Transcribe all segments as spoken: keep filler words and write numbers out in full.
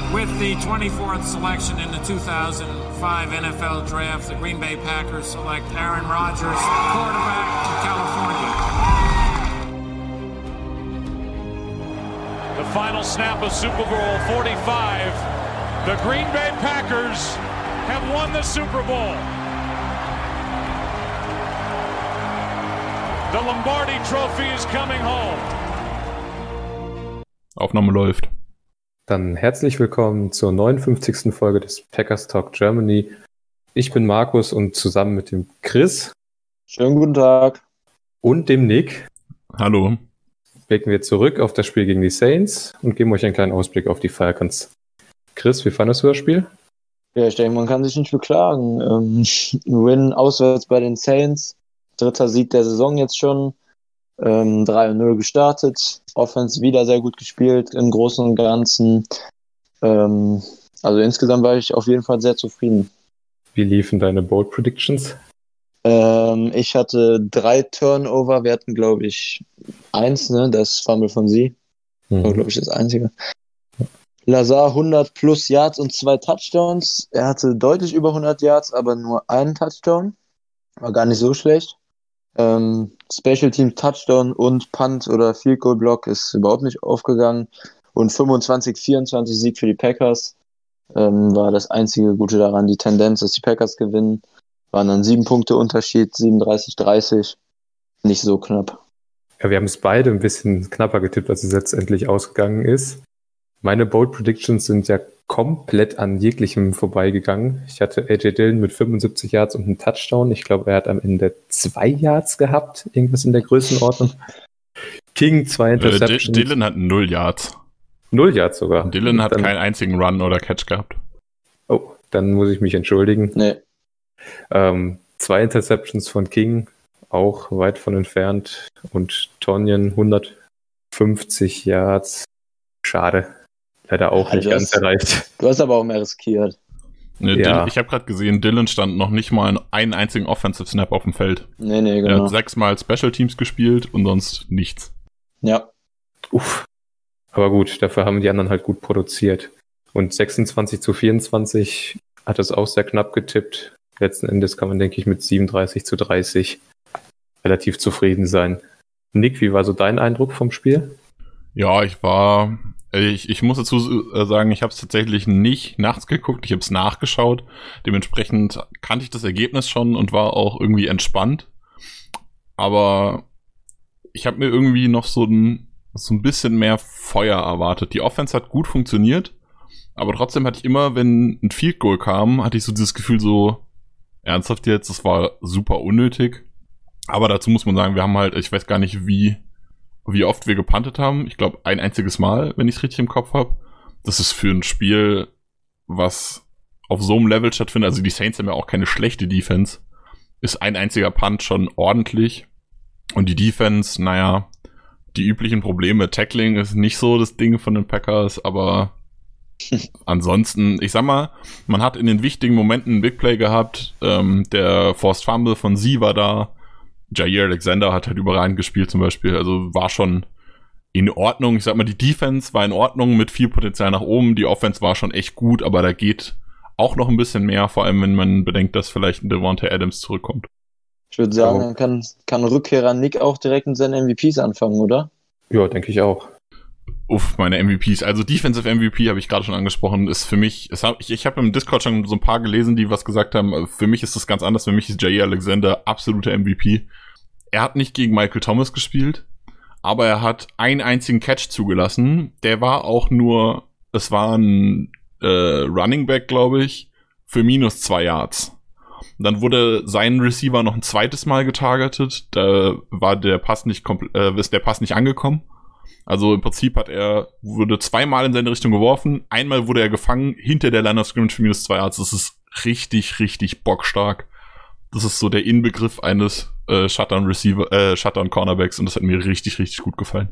With the twenty-fourth selection in the two thousand five N F L Draft, the Green Bay Packers select Aaron Rodgers, quarterback of California. The final snap of Super Bowl forty-five. The Green Bay Packers have won the Super Bowl. The Lombardi Trophy is coming home. Aufnahme läuft. Dann herzlich willkommen zur neunundfünfzigsten Folge des Packers Talk Germany. Ich bin Markus und zusammen mit dem Chris. Schönen guten Tag. Und dem Nick. Hallo. Blicken wir zurück auf das Spiel gegen die Saints und geben euch einen kleinen Ausblick auf die Falcons. Chris, wie fandest du das Spiel? Ja, ich denke, man kann sich nicht beklagen. Ähm, Win auswärts bei den Saints. Dritter Sieg der Saison jetzt schon. Ähm, drei null gestartet. Offense wieder sehr gut gespielt im Großen und Ganzen. Ähm, also insgesamt war ich auf jeden Fall sehr zufrieden. Wie liefen deine Bold Predictions? Ähm, ich hatte drei Turnover. Wir hatten, glaube ich, eins, ne? Das Fumble von sie. Mhm. War, glaube ich, das einzige. Lazar hundert plus Yards und zwei Touchdowns. Er hatte deutlich über hundert Yards, aber nur einen Touchdown. War gar nicht so schlecht. Ähm, Special Team Touchdown und Punt oder Field Goal Block ist überhaupt nicht aufgegangen. Und fünfundzwanzig vierundzwanzig Sieg für die Packers. Ähm, war das einzige Gute daran. Die Tendenz, dass die Packers gewinnen. Waren dann sieben Punkte Unterschied, siebenunddreißig dreißig. Nicht so knapp. Ja, wir haben es beide ein bisschen knapper getippt, als es letztendlich ausgegangen ist. Meine Bold Predictions sind ja komplett an jeglichem vorbeigegangen. Ich hatte A J Dillon mit fünfundsiebzig Yards und einem Touchdown. Ich glaube, er hat am Ende zwei Yards gehabt. Irgendwas in der Größenordnung. King, zwei Interceptions. Äh, D- Dillon hat null Yards. Null Yards sogar. Und Dillon hat dann, keinen einzigen Run oder Catch gehabt. Oh, dann muss ich mich entschuldigen. Nee. Ähm, zwei Interceptions von King, auch weit von entfernt. Und Tonyan hundertfünfzig Yards. Schade. Leider auch Ja, nicht ganz hast, erreicht. Du hast aber auch mehr riskiert. Ne, Ja. Dillon, ich habe gerade gesehen, Dillon stand noch nicht mal einen einzigen Offensive Snap auf dem Feld. Nee, nee, Er genau. hat sechsmal Special Teams gespielt und sonst nichts. Ja. Uff. Aber gut, dafür haben die anderen halt gut produziert. Und sechsundzwanzig zu vierundzwanzig hat es auch sehr knapp getippt. Letzten Endes kann man, denke ich, mit siebenunddreißig zu dreißig relativ zufrieden sein. Nick, wie war so dein Eindruck vom Spiel? Ja, ich war... Ich, ich muss dazu sagen, ich habe es tatsächlich nicht nachts geguckt, ich habe es nachgeschaut. Dementsprechend kannte ich das Ergebnis schon und war auch irgendwie entspannt. Aber ich habe mir irgendwie noch so ein, so ein bisschen mehr Feuer erwartet. Die Offense hat gut funktioniert, aber trotzdem hatte ich immer, wenn ein Field Goal kam, hatte ich so dieses Gefühl so, ernsthaft jetzt, das war super unnötig. Aber dazu muss man sagen, wir haben halt, ich weiß gar nicht, wie... wie oft wir gepuntet haben. Ich glaube, ein einziges Mal, wenn ich es richtig im Kopf habe. Das ist für ein Spiel, was auf so einem Level stattfindet, also die Saints haben ja auch keine schlechte Defense, ist ein einziger Punt schon ordentlich. Und die Defense, naja, die üblichen Probleme. Tackling ist nicht so das Ding von den Packers, aber ansonsten, ich sag mal, man hat in den wichtigen Momenten einen Big Play gehabt. Ähm, der Forced Fumble von sie war da. Jair Alexander hat halt überragend gespielt zum Beispiel, also war schon in Ordnung. Ich sag mal, die Defense war in Ordnung mit viel Potenzial nach oben, die Offense war schon echt gut, aber da geht auch noch ein bisschen mehr, vor allem wenn man bedenkt, dass vielleicht ein Devontae Adams zurückkommt. Ich würde sagen, dann kann, kann Rückkehrer Nick auch direkt mit seinen M V Ps anfangen, oder? Ja, denke ich auch. Uff, meine M V Ps. Also Defensive M V P habe ich gerade schon angesprochen, ist für mich, es hab, ich, ich habe im Discord schon so ein paar gelesen, die was gesagt haben, für mich ist das ganz anders, für mich ist Jair Alexander absoluter M V P. Er hat nicht gegen Michael Thomas gespielt, aber er hat einen einzigen Catch zugelassen, der war auch nur, es war ein äh, Running Back, glaube ich, für minus zwei Yards. Und dann wurde sein Receiver noch ein zweites Mal getargetet, da war der Pass nicht kompl- äh, ist der Pass nicht angekommen. Also im Prinzip hat er, wurde zweimal in seine Richtung geworfen, einmal wurde er gefangen hinter der Line of Scrimmage für minus zwei Yards. Das ist richtig, richtig bockstark. Das ist so der Inbegriff eines äh, Shutdown Receiver, äh, Shutdown Cornerbacks und das hat mir richtig, richtig gut gefallen.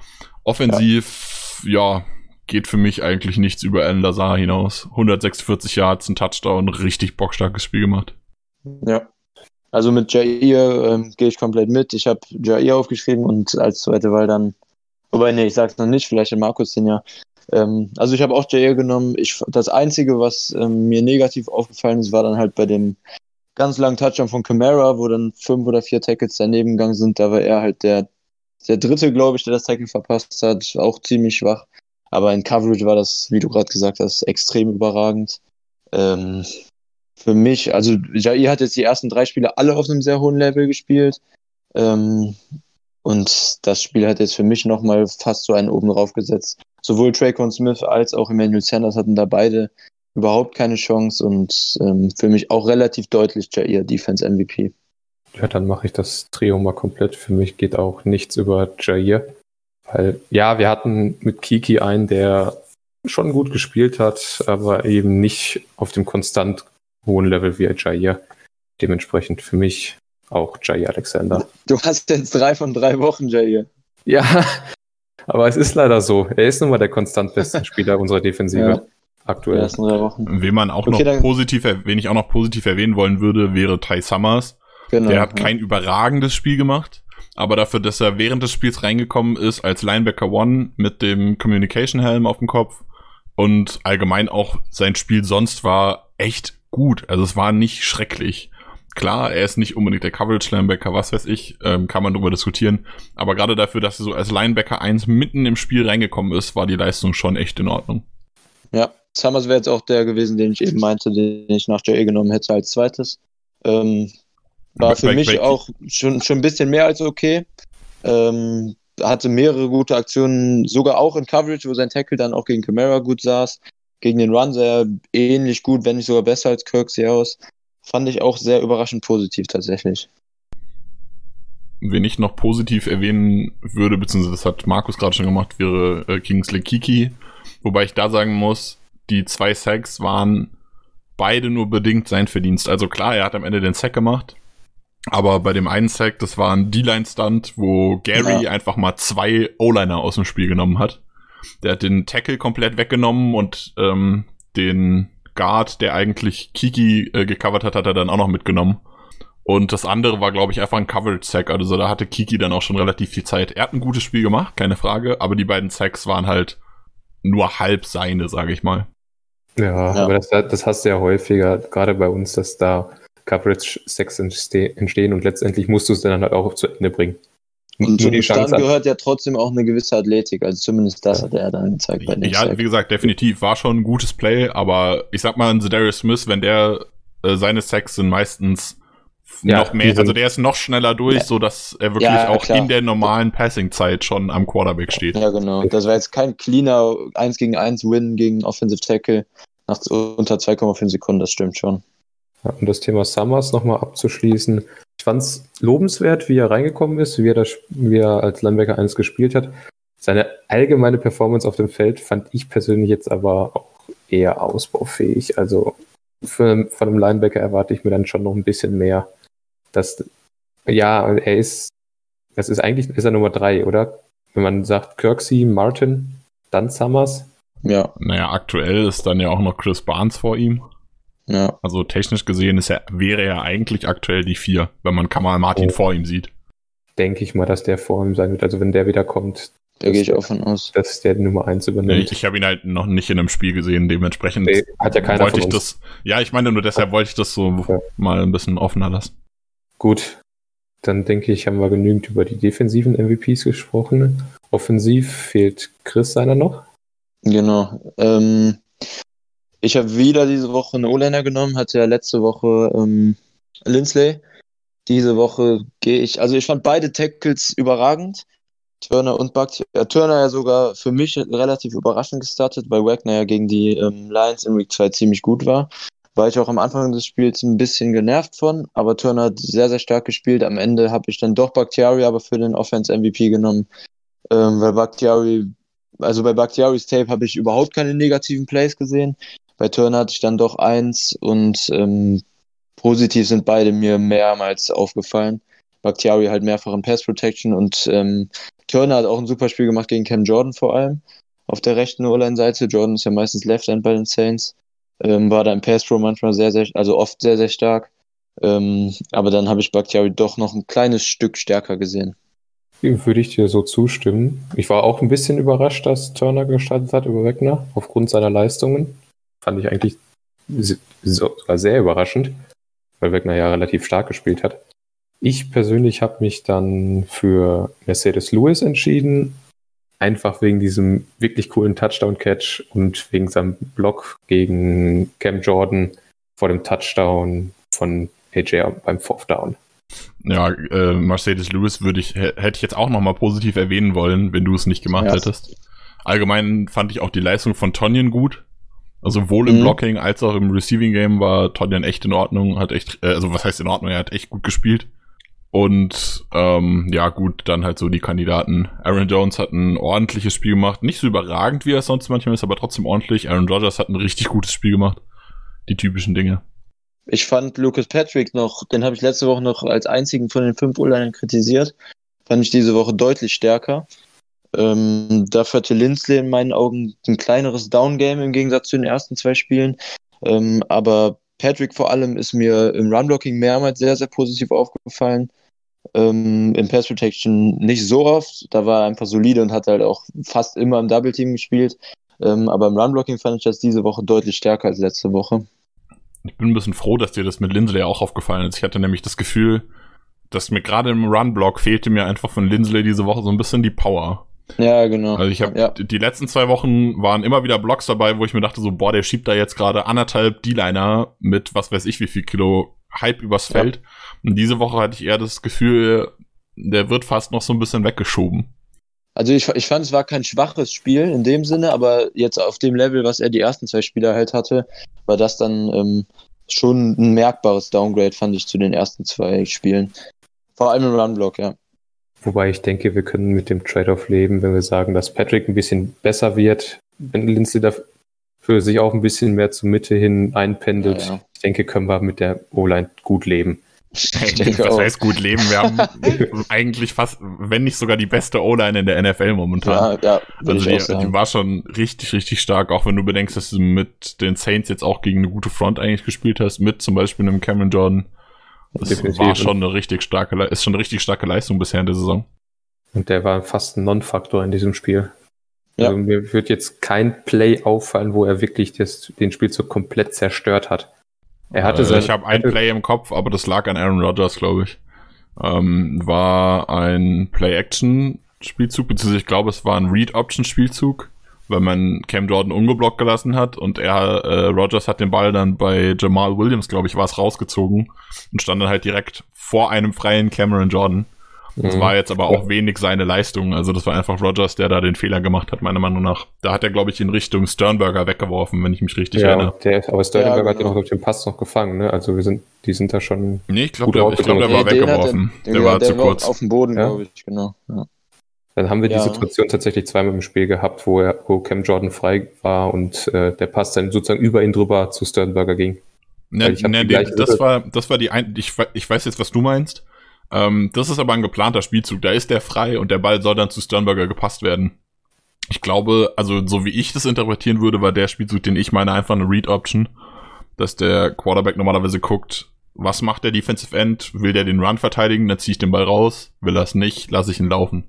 Offensiv, ja. ja, geht für mich eigentlich nichts über Alan Lazar hinaus. hundertsechsundvierzig Yards, ein Touchdown, richtig bockstarkes Spiel gemacht. Ja. Also mit Jair ähm, gehe ich komplett mit. Ich habe Jair aufgeschrieben und als zweite Wahl dann, wobei, nee, ich sag's noch nicht, vielleicht hat Markus den ja, Ähm, also ich habe auch Jair genommen. Ich, das Einzige, was ähm, mir negativ aufgefallen ist, war dann halt bei dem ganz langen Touchdown von Kamara, wo dann fünf oder vier Tackles daneben gegangen sind. Da war er halt der, der dritte, glaube ich, der das Tackle verpasst hat. Auch ziemlich schwach. Aber in Coverage war das, wie du gerade gesagt hast, extrem überragend. Ähm, für mich, also Jair hat jetzt die ersten drei Spiele alle auf einem sehr hohen Level gespielt. Ähm, und das Spiel hat jetzt für mich nochmal fast so einen oben drauf gesetzt. Sowohl Traquan Smith als auch Emmanuel Sanders hatten da beide überhaupt keine Chance und ähm, für mich auch relativ deutlich Jair Defense M V P. Ja, dann mache ich das Trio mal komplett. Für mich geht auch nichts über Jair. Weil, ja, wir hatten mit Kiki einen, der schon gut gespielt hat, aber eben nicht auf dem konstant hohen Level wie Jair. Dementsprechend für mich auch Jair Alexander. Du hast jetzt drei von drei Wochen, Jair. Ja, aber es ist leider so. Er ist nun mal der konstant beste Spieler unserer Defensive Ja. aktuell. Die ersten drei Wochen. Wen man auch Okay, noch dann- positiv, er- wen ich auch noch positiv erwähnen wollen würde, wäre Ty Summers. Genau. Der hat kein überragendes Spiel gemacht, aber dafür, dass er während des Spiels reingekommen ist als Linebacker One mit dem Communication Helm auf dem Kopf und allgemein auch sein Spiel sonst war echt gut. Also es war nicht schrecklich. Klar, er ist nicht unbedingt der Coverage-Linebacker, was weiß ich, ähm, kann man darüber diskutieren. Aber gerade dafür, dass er so als Linebacker eins mitten im Spiel reingekommen ist, war die Leistung schon echt in Ordnung. Ja, Summers wäre jetzt auch der gewesen, den ich eben meinte, den ich nach Jair genommen hätte als zweites. Ähm, war für Bei- mich bei- auch schon, schon ein bisschen mehr als okay. Ähm, hatte mehrere gute Aktionen, sogar auch in Coverage, wo sein Tackle dann auch gegen Kamara gut saß. Gegen den Run sah er ähnlich gut, wenn nicht sogar besser als Kirksey aus. Fand ich auch sehr überraschend positiv tatsächlich. Wen ich noch positiv erwähnen würde, beziehungsweise das hat Markus gerade schon gemacht, wäre äh, Kingsley Kiki. Wobei ich da sagen muss, die zwei Sacks waren beide nur bedingt sein Verdienst. Also klar, er hat am Ende den Sack gemacht, aber bei dem einen Sack, das war ein D-Line-Stunt, wo Gary Ja. einfach mal zwei O-Liner aus dem Spiel genommen hat. Der hat den Tackle komplett weggenommen und ähm, den Guard, der eigentlich Kiki äh, gecovert hat, hat er dann auch noch mitgenommen. Und das andere war, glaube ich, einfach ein Coverage-Sack. Also da hatte Kiki dann auch schon relativ viel Zeit. Er hat ein gutes Spiel gemacht, keine Frage, aber die beiden Sacks waren halt nur halb seine, sage ich mal. Ja, Ja. aber das, das hast du ja häufiger, gerade bei uns, dass da Coverage-Sex entste- entstehen und letztendlich musst du es dann halt auch zu Ende bringen. Und Nur die dann Chance hat. gehört ja trotzdem auch eine gewisse Athletik. Also zumindest das Ja. hat er dann gezeigt bei dem Ja, Sack. wie gesagt, definitiv war schon ein gutes Play, aber ich sag mal, ein Za'Darius Smith, wenn der äh, seine Sacks sind meistens Ja, noch die mehr, sind- also der ist noch schneller durch, Ja. so dass er wirklich Ja, auch klar. in der normalen Passing-Zeit schon am Quarterback steht. Ja, genau. Das war jetzt kein cleaner eins gegen eins Win gegen Offensive Tackle nach unter zwei Komma fünf Sekunden, das stimmt schon. Ja, um das Thema Summers nochmal abzuschließen. Ich fand es lobenswert, wie er reingekommen ist, wie er, das, wie er als Linebacker eins gespielt hat. Seine allgemeine Performance auf dem Feld fand ich persönlich jetzt aber auch eher ausbaufähig. Also für, von einem Linebacker erwarte ich mir dann schon noch ein bisschen mehr. Das, ja, er ist, das ist eigentlich, ist er Nummer drei, oder? Wenn man sagt Kirksey, Martin, dann Summers. Ja, Naja, aktuell ist dann ja auch noch Chris Barnes vor ihm. ja. Also technisch gesehen ist er, wäre er eigentlich aktuell die vier, wenn man Kamal Martin Oh. vor ihm sieht. Denke ich mal, dass der vor ihm sein wird. Also wenn der wieder kommt, Da gehe ich auch von aus. dass der die Nummer eins übernimmt. Ich, ich habe ihn halt noch nicht in einem Spiel gesehen, dementsprechend Nee, hat ja keiner wollte von ich uns. das. Ja, ich meine nur deshalb wollte ich das so Ja. mal ein bisschen offener lassen. Gut, dann denke ich, haben wir genügend über die defensiven M V Ps gesprochen. Offensiv fehlt Chris seiner noch. Genau. Ähm, ich habe wieder diese Woche einen O-Liner genommen, hatte ja letzte Woche ähm, Lindsley. Diese Woche gehe ich, also ich fand beide Tackles überragend. Turner und Bakhtiari. Ja, Turner ja sogar für mich relativ überraschend gestartet, weil Wagner ja gegen die ähm, Lions in Week zwei ziemlich gut war. War ich auch am Anfang des Spiels ein bisschen genervt von, aber Turner hat sehr, sehr stark gespielt. Am Ende habe ich dann doch Bakhtiari aber für den Offense-M V P genommen, ähm, weil Bakhtiari, also bei Bakhtiaris Tape habe ich überhaupt keine negativen Plays gesehen. Bei Turner hatte ich dann doch eins und ähm, positiv sind beide mir mehrmals aufgefallen. Bakhtiari halt mehrfach in Pass Protection und ähm, Turner hat auch ein super Spiel gemacht gegen Cam Jordan vor allem. Auf der rechten O-Line-Seite. Jordan ist ja meistens Left-End bei den Saints. Ähm, war da im Pass-Pro manchmal sehr, sehr, also oft sehr, sehr stark. Ähm, aber dann habe ich Bakhtiari doch noch ein kleines Stück stärker gesehen. Würde ich dir so zustimmen. Ich war auch ein bisschen überrascht, dass Turner gestartet hat über Wagner, aufgrund seiner Leistungen. Fand ich eigentlich sogar sehr überraschend, weil Wagner ja relativ stark gespielt hat. Ich persönlich habe mich dann für Mercedes Lewis entschieden, einfach wegen diesem wirklich coolen Touchdown-Catch und wegen seinem Block gegen Cam Jordan vor dem Touchdown von A J beim Fourth Down. Ja, äh, Mercedes Lewis würde ich, hätte ich jetzt auch nochmal positiv erwähnen wollen, wenn du es nicht gemacht ja. hättest. Allgemein fand ich auch die Leistung von Tonyan gut. Also sowohl im mhm. Blocking als auch im Receiving Game war Tonyan echt in Ordnung, hat echt, äh, also was heißt in Ordnung, er hat echt gut gespielt. Und ähm, ja gut, dann halt so die Kandidaten. Aaron Jones hat ein ordentliches Spiel gemacht, nicht so überragend, wie er es sonst manchmal ist, aber trotzdem ordentlich. Aaron Rodgers hat ein richtig gutes Spiel gemacht. Die typischen Dinge. Ich fand Lucas Patrick noch, den habe ich letzte Woche noch als einzigen von den fünf O-Linern kritisiert, fand ich diese Woche deutlich stärker. Ähm, dafür hatte Lindsley in meinen Augen ein kleineres Down-Game im Gegensatz zu den ersten zwei Spielen. Ähm, aber Patrick vor allem ist mir im Run-Blocking mehrmals sehr, sehr positiv aufgefallen. Ähm, Im Pass-Protection nicht so oft, da war er einfach solide und hat halt auch fast immer im Double-Team gespielt. Ähm, aber im Run-Blocking fand ich das diese Woche deutlich stärker als letzte Woche. Ich bin ein bisschen froh, dass dir das mit Lindsley auch aufgefallen ist. Ich hatte nämlich das Gefühl, dass mir gerade im Run-Block fehlte mir einfach von Lindsley diese Woche so ein bisschen die Power. Ja, genau. Also ich habe ja. die letzten zwei Wochen waren immer wieder Blocks dabei, wo ich mir dachte so, boah, der schiebt da jetzt gerade anderthalb D-Liner mit was weiß ich wie viel Kilo Hype übers Feld. Ja. Und diese Woche hatte ich eher das Gefühl, der wird fast noch so ein bisschen weggeschoben. Also ich, ich fand, es war kein schwaches Spiel in dem Sinne, aber jetzt auf dem Level, was er die ersten zwei Spiele halt hatte, war das dann ähm, schon ein merkbares Downgrade, fand ich, zu den ersten zwei Spielen. Vor allem im Run-Block, ja. Wobei ich denke, wir können mit dem Trade-off leben, wenn wir sagen, dass Patrick ein bisschen besser wird, wenn Lindsley dafür sich auch ein bisschen mehr zur Mitte hin einpendelt. Ja, ja. Ich denke, können wir mit der O-Line gut leben. Was auch. heißt gut leben? Wir haben eigentlich fast, wenn nicht sogar die beste O-Line in der N F L momentan. Ja, ja, also die, die war schon richtig, richtig stark, auch wenn du bedenkst, dass du mit den Saints jetzt auch gegen eine gute Front eigentlich gespielt hast, mit zum Beispiel einem Cameron Jordan. Das Definitiv. war schon eine richtig starke, ist schon eine richtig starke Leistung bisher in der Saison. Und der war fast ein Non-Faktor in diesem Spiel. Ja. Also mir wird jetzt kein Play auffallen, wo er wirklich das, den Spielzug komplett zerstört hat. Er hatte also ich habe ein Play im Kopf, aber das lag an Aaron Rodgers, glaube ich. Ähm, war ein Play-Action-Spielzug, beziehungsweise ich glaube, es war ein Read-Option-Spielzug, weil man Cam Jordan ungeblockt gelassen hat und er, äh, Rodgers hat den Ball dann bei Jamal Williams, glaube ich, war es rausgezogen und stand dann halt direkt vor einem freien Cameron Jordan. Das mhm. war jetzt aber auch wenig seine Leistung. Also das war einfach Rodgers, der da den Fehler gemacht hat, meiner Meinung nach. Da hat er, glaube ich, in Richtung Sternberger weggeworfen, wenn ich mich richtig ja, erinnere. Der, aber Sternberger ja, genau. hat ja noch den Pass noch gefangen, ne? Also wir sind, die sind da schon. Nee, ich glaube, der, ich glaub, der war nee, weggeworfen. Den, der ja, war der zu war kurz. Auf dem Boden, ja. glaube ich, genau. Ja. Dann haben wir ja. die Situation tatsächlich zweimal im Spiel gehabt, wo, er, wo Cam Jordan frei war und äh, der Pass dann sozusagen über ihn drüber zu Sternberger ging. Ne, ne, die, das war, das war die ein, ich, ich weiß jetzt, was du meinst. Ähm, das ist aber ein geplanter Spielzug. Da ist der frei und der Ball soll dann zu Sternberger gepasst werden. Ich glaube, also so wie ich das interpretieren würde, war der Spielzug, den ich meine, einfach eine Read-Option, dass der Quarterback normalerweise guckt, was macht der Defensive End? Will der den Run verteidigen? Dann ziehe ich den Ball raus. Will er es nicht? Lasse ich ihn laufen.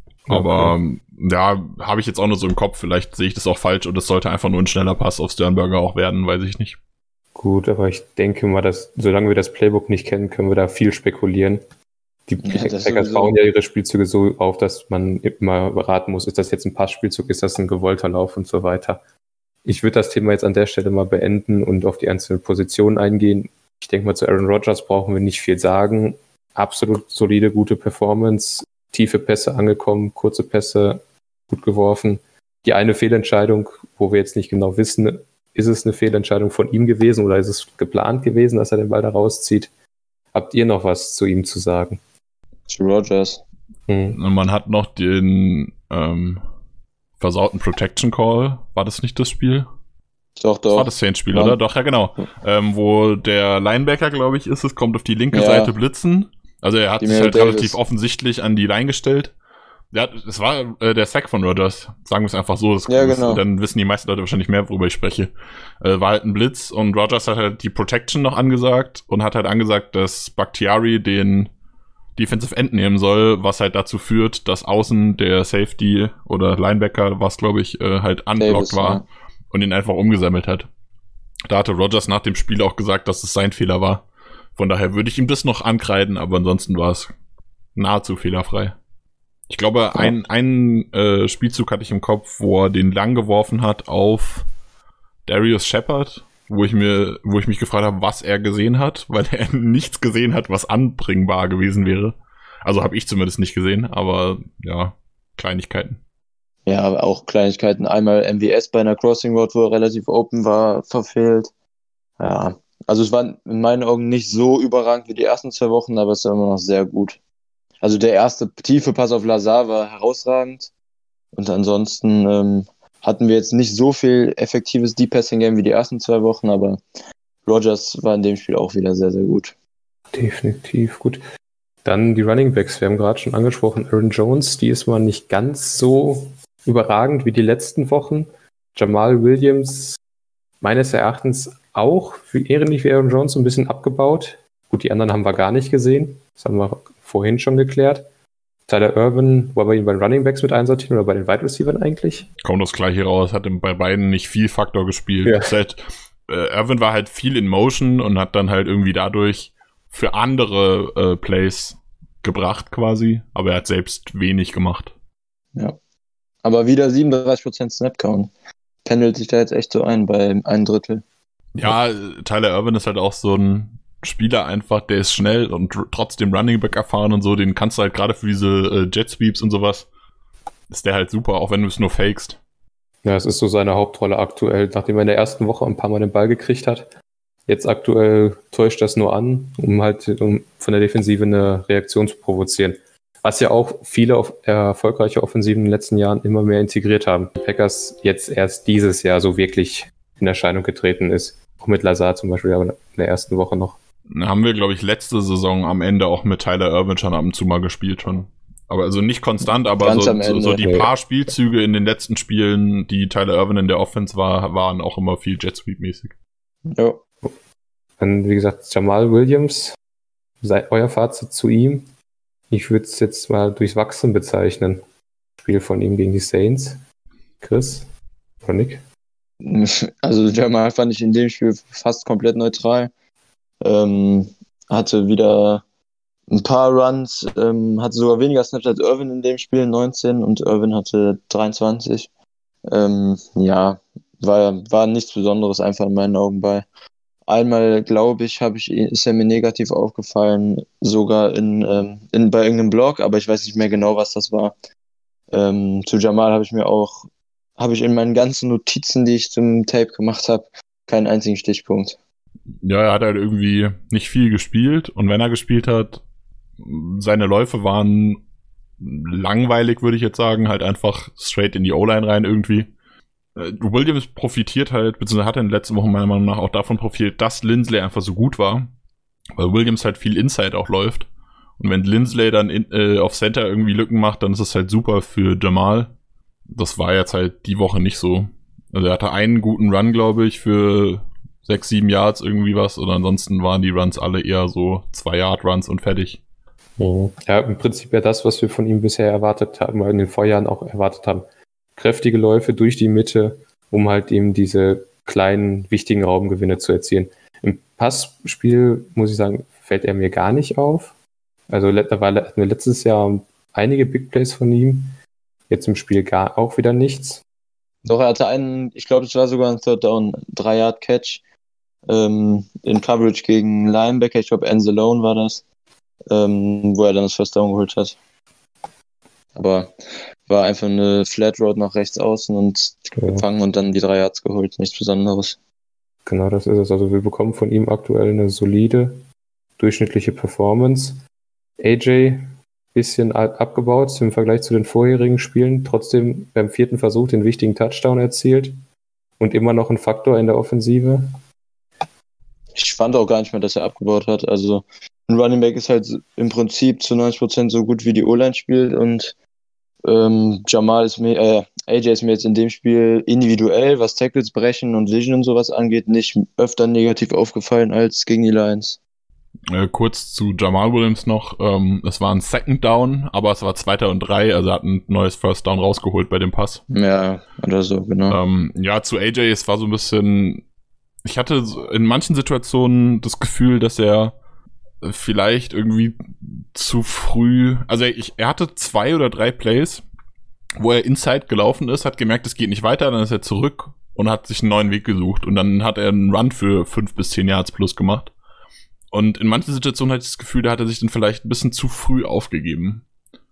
Aber okay. ja, habe ich jetzt auch nur so im Kopf. Vielleicht sehe ich das auch falsch und es sollte einfach nur ein schneller Pass auf Sternberger auch werden, weiß ich nicht. Gut, aber ich denke mal, dass solange wir das Playbook nicht kennen, können wir da viel spekulieren. Die ja, Packers bauen ja ihre Spielzüge so auf, dass man immer beraten muss, ist das jetzt ein Passspielzug, ist das ein gewollter Lauf und so weiter. Ich würde das Thema jetzt an der Stelle mal beenden und auf die einzelnen Positionen eingehen. Ich denke mal, zu Aaron Rodgers brauchen wir nicht viel sagen. Absolut solide, gute Performance, tiefe Pässe angekommen, kurze Pässe gut geworfen. Die eine Fehlentscheidung, wo wir jetzt nicht genau wissen, ist es eine Fehlentscheidung von ihm gewesen oder ist es geplant gewesen, dass er den Ball da rauszieht? Habt ihr noch was zu ihm zu sagen? Zu Rodgers. Hm. Und man hat noch den ähm, versauten Protection Call. War das nicht das Spiel? Doch, doch. Das war das Saints-Spiel, ja. oder? Doch, ja, genau. Ja. Ähm, wo der Linebacker, glaube ich, ist es, kommt auf die linke ja. Seite blitzen. Also er hat die sich halt Davis. relativ offensichtlich an die Line gestellt. Ja, das war äh, der Sack von Rodgers. Sagen wir es einfach so. Das, ja, genau. Dann wissen die meisten Leute wahrscheinlich mehr, worüber ich spreche. Äh, war halt ein Blitz und Rodgers hat halt die Protection noch angesagt und hat halt angesagt, dass Bakhtiari den Defensive End nehmen soll, was halt dazu führt, dass außen der Safety oder Linebacker, was glaube ich, äh, halt unblockt war ja. und ihn einfach umgesammelt hat. Da hatte Rodgers nach dem Spiel auch gesagt, dass es sein Fehler war. Von daher würde ich ihm das noch ankreiden, aber ansonsten war es nahezu fehlerfrei. Ich glaube, ja. ein, ein äh, Spielzug hatte ich im Kopf, wo er den lang geworfen hat auf Darius Shepard, wo ich mir, wo ich mich gefragt habe, was er gesehen hat, weil er nichts gesehen hat, was anbringbar gewesen wäre. Also habe ich zumindest nicht gesehen, aber ja, Kleinigkeiten. Ja, aber auch Kleinigkeiten. Einmal M V S bei einer Crossing Road, wo er relativ open war, verfehlt. Ja, also es war in meinen Augen nicht so überragend wie die ersten zwei Wochen, aber es war immer noch sehr gut. Also der erste tiefe Pass auf Lazar war herausragend. Und ansonsten ähm, hatten wir jetzt nicht so viel effektives Deep-Passing-Game wie die ersten zwei Wochen, aber Rodgers war in dem Spiel auch wieder sehr, sehr gut. Definitiv gut. Dann die Running Backs. Wir haben gerade schon angesprochen, Aaron Jones, die ist mal nicht ganz so überragend wie die letzten Wochen. Jamal Williams meines Erachtens auch für ähnlich wie Aaron Jones so ein bisschen abgebaut. Gut, die anderen haben wir gar nicht gesehen. Das haben wir vorhin schon geklärt. Tyler Irvin, wollen wir ihn bei den Running Backs mit einsortieren oder bei den Wide Receivers eigentlich? Kommt das gleiche raus, hat bei beiden nicht viel Faktor gespielt. Ja. Das heißt, äh, Irvin war halt viel in Motion und hat dann halt irgendwie dadurch für andere äh, Plays gebracht quasi, aber er hat selbst wenig gemacht. Ja, aber wieder siebenunddreißig Prozent Snap-Count. Pendelt sich da jetzt echt so ein bei ein Drittel. Ja, Tyler Irvin ist halt auch so ein Spieler einfach, der ist schnell und r- trotzdem Running Back erfahren und so, den kannst du halt gerade für diese äh, Jet Sweeps und sowas, ist der halt super, auch wenn du es nur fakest. Ja, es ist so seine Hauptrolle aktuell, nachdem er in der ersten Woche ein paar Mal den Ball gekriegt hat. Jetzt aktuell täuscht das nur an, um halt um von der Defensive eine Reaktion zu provozieren. Was ja auch viele auf, äh, erfolgreiche Offensiven in den letzten Jahren immer mehr integriert haben. Die Packers jetzt erst dieses Jahr so wirklich in Erscheinung getreten ist. Auch mit Lazar zum Beispiel, aber in der ersten Woche noch. Da haben wir, glaube ich, letzte Saison am Ende auch mit Tyler Irvin schon ab und zu mal gespielt schon. Aber also nicht konstant, aber Ganz so, am so, Ende. so die Ja. paar Spielzüge in den letzten Spielen, die Tyler Irvin in der Offense war, waren auch immer viel Jet Sweep-mäßig. Ja. Dann, wie gesagt, Jamal Williams, sei euer Fazit zu ihm. Ich würde es jetzt mal durchs Wachsen bezeichnen. Spiel von ihm gegen die Saints. Chris? Oder Nick? Also Jamal fand ich in dem Spiel fast komplett neutral. Ähm, hatte wieder ein paar Runs, ähm, hatte sogar weniger Snaps als Irvin in dem Spiel, neunzehn, und Irvin hatte dreiundzwanzig. Ähm, ja, war, war nichts Besonderes einfach in meinen Augen bei. Einmal, glaube ich, habe ich, ist er mir negativ aufgefallen, sogar in, ähm, in, bei irgendeinem Blog, aber ich weiß nicht mehr genau, was das war. Ähm, zu Jamal habe ich mir auch, habe ich in meinen ganzen Notizen, die ich zum Tape gemacht habe, keinen einzigen Stichpunkt. Ja, er hat halt irgendwie nicht viel gespielt und wenn er gespielt hat, seine Läufe waren langweilig, würde ich jetzt sagen, halt einfach straight in die O-Line rein irgendwie. Williams profitiert halt, beziehungsweise hat in den letzten Wochen meiner Meinung nach auch davon profitiert, dass Lindsley einfach so gut war, weil Williams halt viel Inside auch läuft. Und wenn Lindsley dann in, äh, auf Center irgendwie Lücken macht, dann ist es halt super für Jamal. Das war jetzt halt die Woche nicht so. Also er hatte einen guten Run, glaube ich, für sechs, sieben Yards irgendwie was, oder ansonsten waren die Runs alle eher so zwei Yard Runs und fertig. Ja, im Prinzip ja das, was wir von ihm bisher erwartet haben, oder in den Vorjahren auch erwartet haben. Kräftige Läufe durch die Mitte, um halt eben diese kleinen, wichtigen Raumgewinne zu erzielen. Im Passspiel, muss ich sagen, fällt er mir gar nicht auf. Also da hatten wir letztes Jahr einige Big Plays von ihm. Jetzt im Spiel gar auch wieder nichts. Doch, er hatte einen, ich glaube, es war sogar ein Third Down, drei Yard Catch ähm, in Coverage gegen Linebacker, ich glaube Anzalone war das, ähm, wo er dann das First Down geholt hat. Aber war einfach eine Flat Road nach rechts außen und Ja. gefangen und dann die drei Yards geholt, nichts Besonderes. Genau, das ist es. Also wir bekommen von ihm aktuell eine solide, durchschnittliche Performance. A J, bisschen abgebaut im Vergleich zu den vorherigen Spielen, trotzdem beim vierten Versuch den wichtigen Touchdown erzielt und immer noch ein Faktor in der Offensive. Ich fand auch gar nicht mehr, dass er abgebaut hat. Also ein Running Back ist halt im Prinzip zu neunzig Prozent so gut wie die O-Line spielt und ähm, Jamal ist mir, äh, A J ist mir jetzt in dem Spiel individuell, was Tackles brechen und Vision und sowas angeht, nicht öfter negativ aufgefallen als gegen die Lions. Äh, kurz zu Jamal Williams noch. Ähm, es war ein Second Down, aber es war Zweiter und Drei, also er hat ein neues First Down rausgeholt bei dem Pass. Ja, oder so, genau. Ähm, ja, zu A J, es war so ein bisschen, ich hatte in manchen Situationen das Gefühl, dass er vielleicht irgendwie zu früh, also ich, er hatte zwei oder drei Plays, wo er inside gelaufen ist, hat gemerkt, es geht nicht weiter, dann ist er zurück und hat sich einen neuen Weg gesucht und dann hat er einen Run für fünf bis zehn Yards plus gemacht. Und in manchen Situationen hatte ich das Gefühl, da hat er sich dann vielleicht ein bisschen zu früh aufgegeben.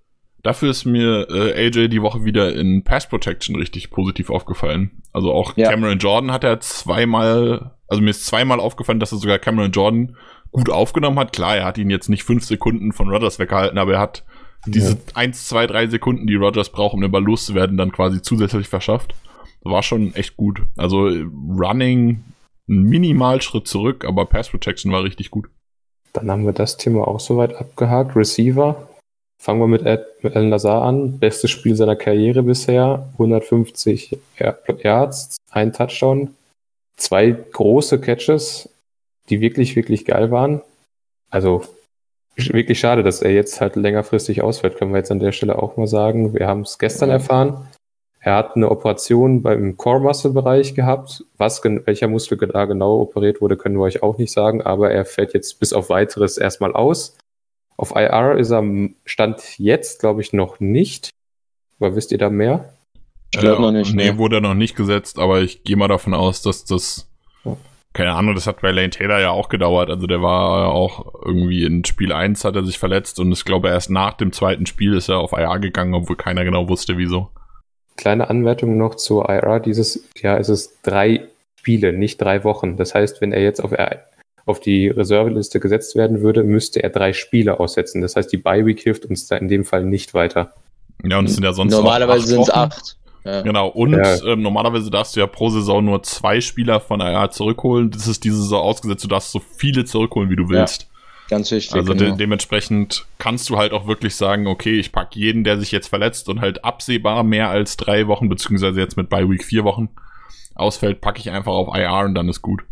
Dafür ist mir äh, A J die Woche wieder in Pass Protection richtig positiv aufgefallen. Also auch ja. Cameron Jordan hat er zweimal, also mir ist zweimal aufgefallen, dass er sogar Cameron Jordan gut aufgenommen hat. Klar, er hat ihn jetzt nicht fünf Sekunden von Rodgers weggehalten, aber er hat ja. diese eins, zwei, drei Sekunden, die Rodgers braucht, um den Ball loszuwerden, dann quasi zusätzlich verschafft. Das war schon echt gut. Also Running, ein Minimalschritt zurück, aber Pass Protection war richtig gut. Dann haben wir das Thema auch soweit abgehakt. Receiver. Fangen wir mit, Ed, mit Allen Lazard an. Bestes Spiel seiner Karriere bisher. hundertfünfzig Yards, ein Touchdown, zwei große Catches, die wirklich, wirklich geil waren. Also wirklich schade, dass er jetzt halt längerfristig ausfällt, können wir jetzt an der Stelle auch mal sagen. Wir haben es gestern erfahren. Er hat eine Operation beim Core-Muscle-Bereich gehabt. Was, welcher Muskel da genau operiert wurde, können wir euch auch nicht sagen, aber er fällt jetzt bis auf Weiteres erstmal aus. Auf I R ist er Stand jetzt, glaube ich, noch nicht. Aber wisst ihr da mehr? Ich glaube noch nicht. Nee, wurde er noch nicht gesetzt, aber ich gehe mal davon aus, dass das, ja. keine Ahnung, das hat bei Lane Taylor ja auch gedauert. Also der war auch irgendwie in Spiel eins hat er sich verletzt und ich glaube erst nach dem zweiten Spiel ist er auf I R gegangen, obwohl keiner genau wusste, wieso. Kleine Anmerkung noch zur I R. Dieses Jahr ist es drei Spiele, nicht drei Wochen. Das heißt, wenn er jetzt auf, auf die Reserveliste gesetzt werden würde, müsste er drei Spiele aussetzen. Das heißt, die Bye-Week hilft uns da in dem Fall nicht weiter. Ja, und es sind ja sonst normalerweise sind es acht. Ja. Genau, und ja. ähm, normalerweise darfst du ja pro Saison nur zwei Spieler von I R zurückholen. Das ist diese Saison ausgesetzt, du darfst so viele zurückholen, wie du willst. Ja. Ganz wichtig. Also genau. de- dementsprechend kannst du halt auch wirklich sagen, okay, ich pack jeden, der sich jetzt verletzt und halt absehbar mehr als drei Wochen, beziehungsweise jetzt mit Bye Week vier Wochen ausfällt, packe ich einfach auf I R und dann ist gut.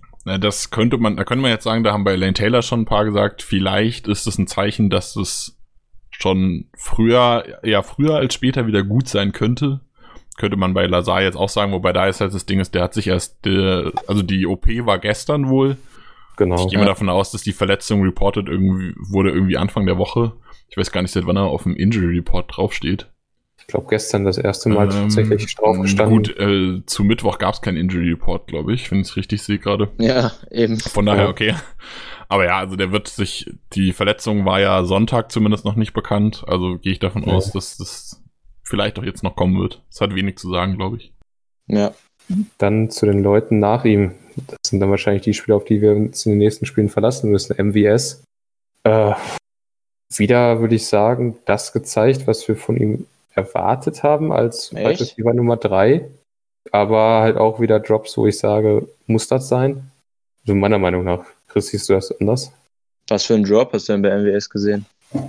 Das könnte man, da könnte man jetzt sagen, da haben bei Lane Taylor schon ein paar gesagt, vielleicht ist es ein Zeichen, dass es schon früher, ja früher als später wieder gut sein könnte. Könnte man bei Lazard jetzt auch sagen, wobei da ist halt das Ding ist, der hat sich erst, äh, also die O P war gestern wohl. Genau. Ich gehe mal ja. davon aus, dass die Verletzung reported irgendwie wurde irgendwie Anfang der Woche. Ich weiß gar nicht, seit wann er auf dem Injury Report draufsteht. Ich glaube gestern das erste Mal ähm, tatsächlich drauf gestanden. Gut, äh, zu Mittwoch gab es keinen Injury Report, glaube ich, wenn ich es richtig sehe gerade. Ja, eben. Von daher, okay. Aber ja, also der wird sich, die Verletzung war ja Sonntag zumindest noch nicht bekannt. Also gehe ich davon ja. aus, dass das vielleicht auch jetzt noch kommen wird. Das hat wenig zu sagen, glaube ich. Ja. Dann zu den Leuten nach ihm. Das sind dann wahrscheinlich die Spieler, auf die wir uns in den nächsten Spielen verlassen müssen. M V S. Äh, wieder würde ich sagen, das gezeigt, was wir von ihm erwartet haben als Receiver Nummer drei. Aber halt auch wieder Drops, wo ich sage, muss das sein? Also meiner Meinung nach. Chris, siehst du das anders? Was für ein Drop hast du denn bei M V S gesehen?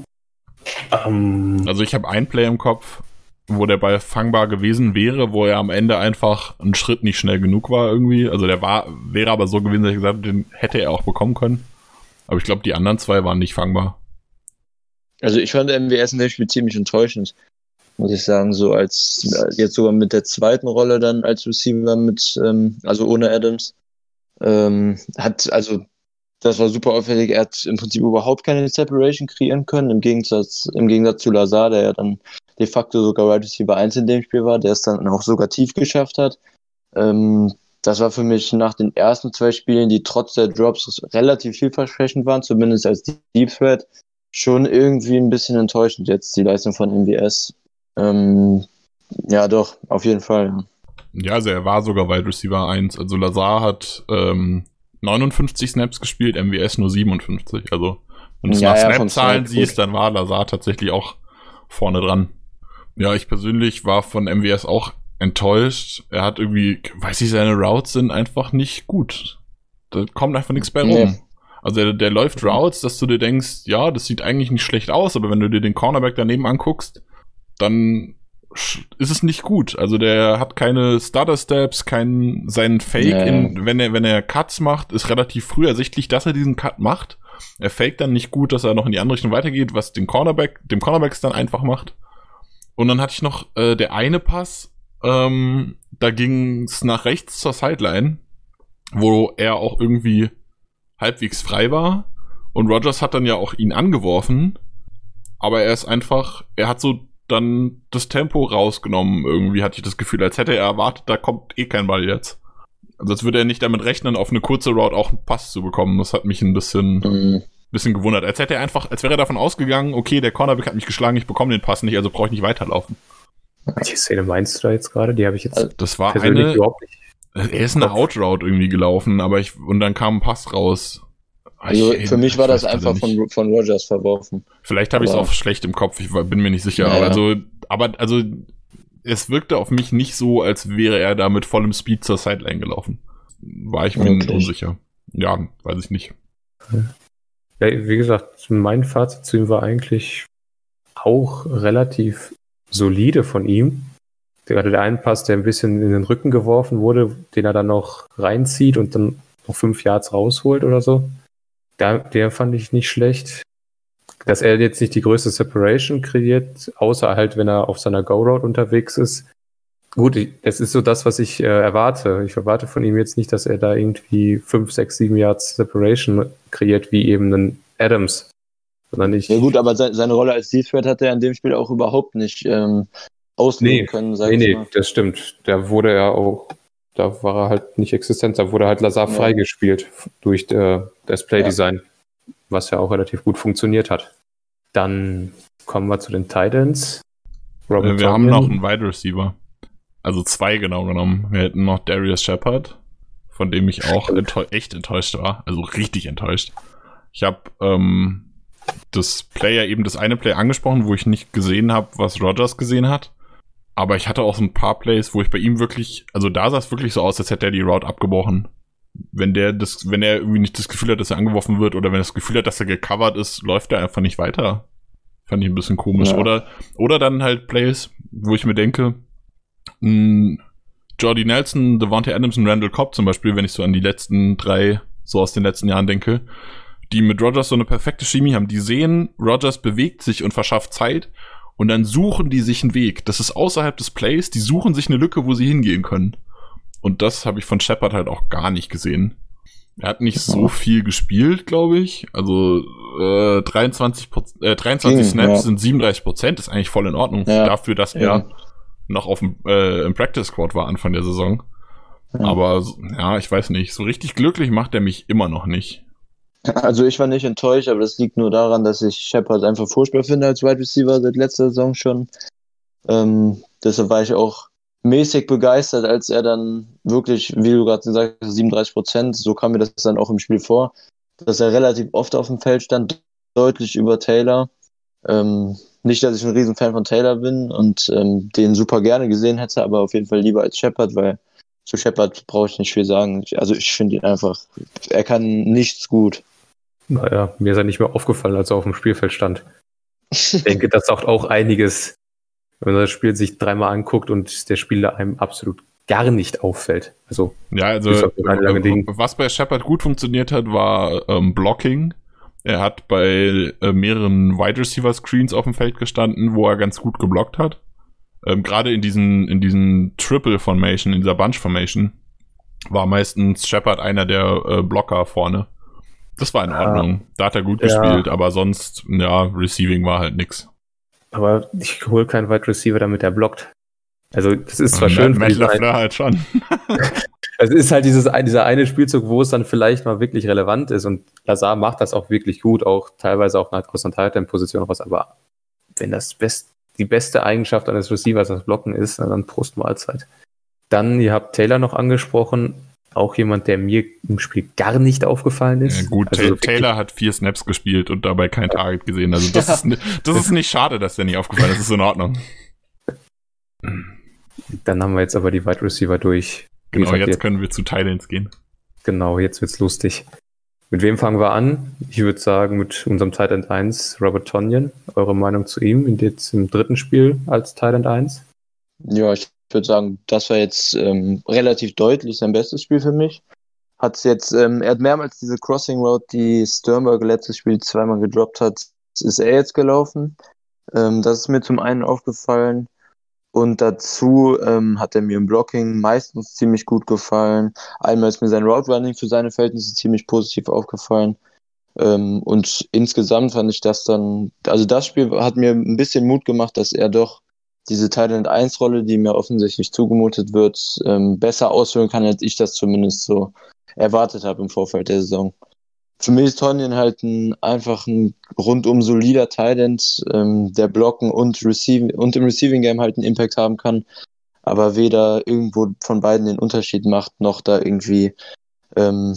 Um, also ich habe ein Play im Kopf, wo der Ball fangbar gewesen wäre, wo er am Ende einfach einen Schritt nicht schnell genug war irgendwie. Also der war, wäre aber so gewesen, dass ich gesagt habe, den hätte er auch bekommen können. Aber ich glaube, die anderen zwei waren nicht fangbar. Also ich fand M V S in dem Spiel ziemlich enttäuschend, muss ich sagen. So als, jetzt sogar mit der zweiten Rolle dann als Receiver mit, ähm, also ohne Adams. Ähm, hat, also das war super auffällig. Er hat im Prinzip überhaupt keine Separation kreieren können, im Gegensatz, im Gegensatz zu Lazard, der ja dann de facto sogar Wide Receiver eins in dem Spiel war, der es dann auch sogar tief geschafft hat. Ähm, das war für mich nach den ersten zwei Spielen, die trotz der Drops relativ vielversprechend waren, zumindest als Deep Threat, schon irgendwie ein bisschen enttäuschend jetzt, die Leistung von M V S. Ähm, ja, doch, auf jeden Fall. Ja, also er war sogar Wide Receiver eins. Also Lazard hat ähm, neunundfünfzig Snaps gespielt, M V S nur siebenundfünfzig. Also wenn du es ja, nach ja, Snap-Zahlen siehst, dann war Lazard tatsächlich auch vorne dran. Ja, ich persönlich war von M V S auch enttäuscht. Er hat irgendwie, weiß ich, seine Routes sind einfach nicht gut. Da kommt einfach nichts bei rum. Nee. Also der, der läuft Routes, dass du dir denkst, ja, das sieht eigentlich nicht schlecht aus, aber wenn du dir den Cornerback daneben anguckst, dann ist es nicht gut. Also der hat keine Stutter-Steps, keinen, seinen Fake, ja. in, wenn er, wenn er Cuts macht, ist relativ früh ersichtlich, dass er diesen Cut macht. Er faked dann nicht gut, dass er noch in die andere Richtung weitergeht, was den Cornerback, dem Cornerbacks dann einfach macht. Und dann hatte ich noch äh, der eine Pass, ähm, da ging's nach rechts zur Sideline, wo er auch irgendwie halbwegs frei war. Und Rodgers hat dann ja auch ihn angeworfen, aber er ist einfach, er hat so dann das Tempo rausgenommen. Irgendwie hatte ich das Gefühl, als hätte er erwartet, da kommt eh kein Ball jetzt. Also als würde er nicht damit rechnen, auf eine kurze Route auch einen Pass zu bekommen. Das hat mich ein bisschen, mhm. bisschen gewundert. Als hätte er einfach, als wäre er davon ausgegangen, okay, der Cornerback hat mich geschlagen, ich bekomme den Pass nicht, also brauche ich nicht weiterlaufen. Welche Szene meinst du da jetzt gerade? Die habe ich jetzt das war eine, überhaupt nicht. Er ist eine Outroute irgendwie gelaufen, aber ich, und dann kam ein Pass raus. Also ich, für mich war das einfach von, von Rodgers verworfen. Vielleicht habe ich es auch schlecht im Kopf, ich bin mir nicht sicher. Ja, aber, also, aber also es wirkte auf mich nicht so, als wäre er da mit vollem Speed zur Sideline gelaufen. War ich mir okay. unsicher. Ja, weiß ich nicht. Ja, wie gesagt, mein Fazit zu ihm war eigentlich auch relativ solide von ihm. Gerade der einen Pass, der ein bisschen in den Rücken geworfen wurde, den er dann noch reinzieht und dann noch fünf Yards rausholt oder so. Da, der fand ich nicht schlecht. Dass er jetzt nicht die größte Separation kreiert, außer halt, wenn er auf seiner Go-Route unterwegs ist. Gut, ich, es ist so das, was ich äh, erwarte. Ich erwarte von ihm jetzt nicht, dass er da irgendwie fünf, sechs, sieben Yards Separation kreiert, wie eben ein Adams. Sondern ich, ja gut, aber se- seine Rolle als Deep Threat hat er in dem Spiel auch überhaupt nicht ähm, ausleben nee, können. Sag nee, ich nee, mal. das stimmt. Da wurde er auch, da war er halt nicht existent. Da wurde halt Lazar ja. freigespielt durch äh, das Playdesign, ja. was ja auch relativ gut funktioniert hat. Dann kommen wir zu den Titans. Robert wir Tonyan. Haben noch einen Wide Receiver. Also zwei genau genommen. Wir hätten noch Darius Shepard, von dem ich auch enttäu- echt enttäuscht war. Also richtig enttäuscht. Ich habe ähm, das Player eben das eine Play angesprochen, wo ich nicht gesehen habe, was Rodgers gesehen hat. Aber ich hatte auch so ein paar Plays, wo ich bei ihm wirklich, also da sah es wirklich so aus, als hätte er die Route abgebrochen. Wenn der das, wenn er irgendwie nicht das Gefühl hat, dass er angeworfen wird, oder wenn er das Gefühl hat, dass er gecovert ist, läuft er einfach nicht weiter. Fand ich ein bisschen komisch. Ja. Oder, oder dann halt Plays, wo ich mir denke, mh, Jordy Nelson, Devontae Adams und Randall Cobb zum Beispiel, wenn ich so an die letzten drei, so aus den letzten Jahren denke, die mit Rodgers so eine perfekte Chemie haben. Die sehen, Rodgers bewegt sich und verschafft Zeit und dann suchen die sich einen Weg. Das ist außerhalb des Plays, die suchen sich eine Lücke, wo sie hingehen können. Und das habe ich von Shepard halt auch gar nicht gesehen. Er hat nicht so viel gespielt, glaube ich. Also äh, dreiundzwanzig, äh, dreiundzwanzig King, Snaps ja. sind siebenunddreißig Prozent. Ist eigentlich voll in Ordnung. Ja. Dafür, dass er ja. noch auf dem, äh, im Practice Squad war Anfang der Saison. Ja. Aber ja, ich weiß nicht. So richtig glücklich macht er mich immer noch nicht. Also ich war nicht enttäuscht, aber das liegt nur daran, dass ich Shepard einfach furchtbar finde als Wide Receiver seit letzter Saison schon. Ähm, deshalb war ich auch mäßig begeistert, als er dann wirklich, wie du gerade gesagt hast, siebenunddreißig Prozent, so kam mir das dann auch im Spiel vor, dass er relativ oft auf dem Feld stand, deutlich über Taylor. Ähm, nicht, dass ich ein Riesenfan von Taylor bin und ähm, den super gerne gesehen hätte, aber auf jeden Fall lieber als Shepard, weil zu Shepard brauche ich nicht viel sagen. Ich, also ich finde ihn einfach, er kann nichts gut. Naja, mir ist er nicht mehr aufgefallen, als er auf dem Spielfeld stand. Ich denke, das sagt auch einiges, wenn man das Spiel sich dreimal anguckt und der Spieler einem absolut gar nicht auffällt. Also, ja, also was bei Shepard gut funktioniert hat, war ähm, Blocking. Er hat bei äh, mehreren Wide Receiver Screens auf dem Feld gestanden, wo er ganz gut geblockt hat. Ähm, Gerade in diesen in diesen Triple Formation, in dieser Bunch Formation, war meistens Shepard einer der äh, Blocker vorne. Das war in Ordnung. Ja. Da hat er gut ja. gespielt, aber sonst, ja, Receiving war halt nix. Aber ich hole keinen Wide Receiver, damit er blockt. Also das ist zwar ja, schön. Matt LaFleur halt schon. Es ist halt dieses, dieser eine Spielzug, wo es dann vielleicht mal wirklich relevant ist und Lazar macht das auch wirklich gut, auch teilweise auch aus einer Tight-End-Position raus, aber wenn das best, die beste Eigenschaft eines Receivers das Blocken ist, dann Prost Mahlzeit. Dann, ihr habt Taylor noch angesprochen, auch jemand, der mir im Spiel gar nicht aufgefallen ist. Ja, gut, also, Taylor hat vier Snaps gespielt und dabei kein Target gesehen, also das, ist, das ist nicht schade, dass der nicht aufgefallen ist, das ist in Ordnung. Dann haben wir jetzt aber die Wide Receiver durch. Genau, jetzt, jetzt können wir zu Titans gehen. Genau, jetzt wird's lustig. Mit wem fangen wir an? Ich würde sagen, mit unserem Tight End eins, Robert Tonyan. Eure Meinung zu ihm jetzt im dritten Spiel als Tight End eins? Ja, ich würde sagen, das war jetzt ähm, relativ deutlich sein bestes Spiel für mich. hat jetzt, ähm, er hat mehrmals diese Crossing Route, die Sternberger letztes Spiel zweimal gedroppt hat, ist er jetzt gelaufen. Ähm, das ist mir zum einen aufgefallen. Und dazu ähm, hat er mir im Blocking meistens ziemlich gut gefallen. Einmal ist mir sein Route Running für seine Verhältnisse ziemlich positiv aufgefallen. Ähm, und insgesamt fand ich das dann, also das Spiel hat mir ein bisschen Mut gemacht, dass er doch diese Tight End eins Rolle, die mir offensichtlich zugemutet wird, ähm, besser ausführen kann, als ich das zumindest so erwartet habe im Vorfeld der Saison. Für mich ist Tonyan halt ein, einfach ein rundum solider Tight End, ähm, der blocken und, Receiving, und im Receiving Game halt einen Impact haben kann, aber weder irgendwo von beiden den Unterschied macht, noch da irgendwie ähm,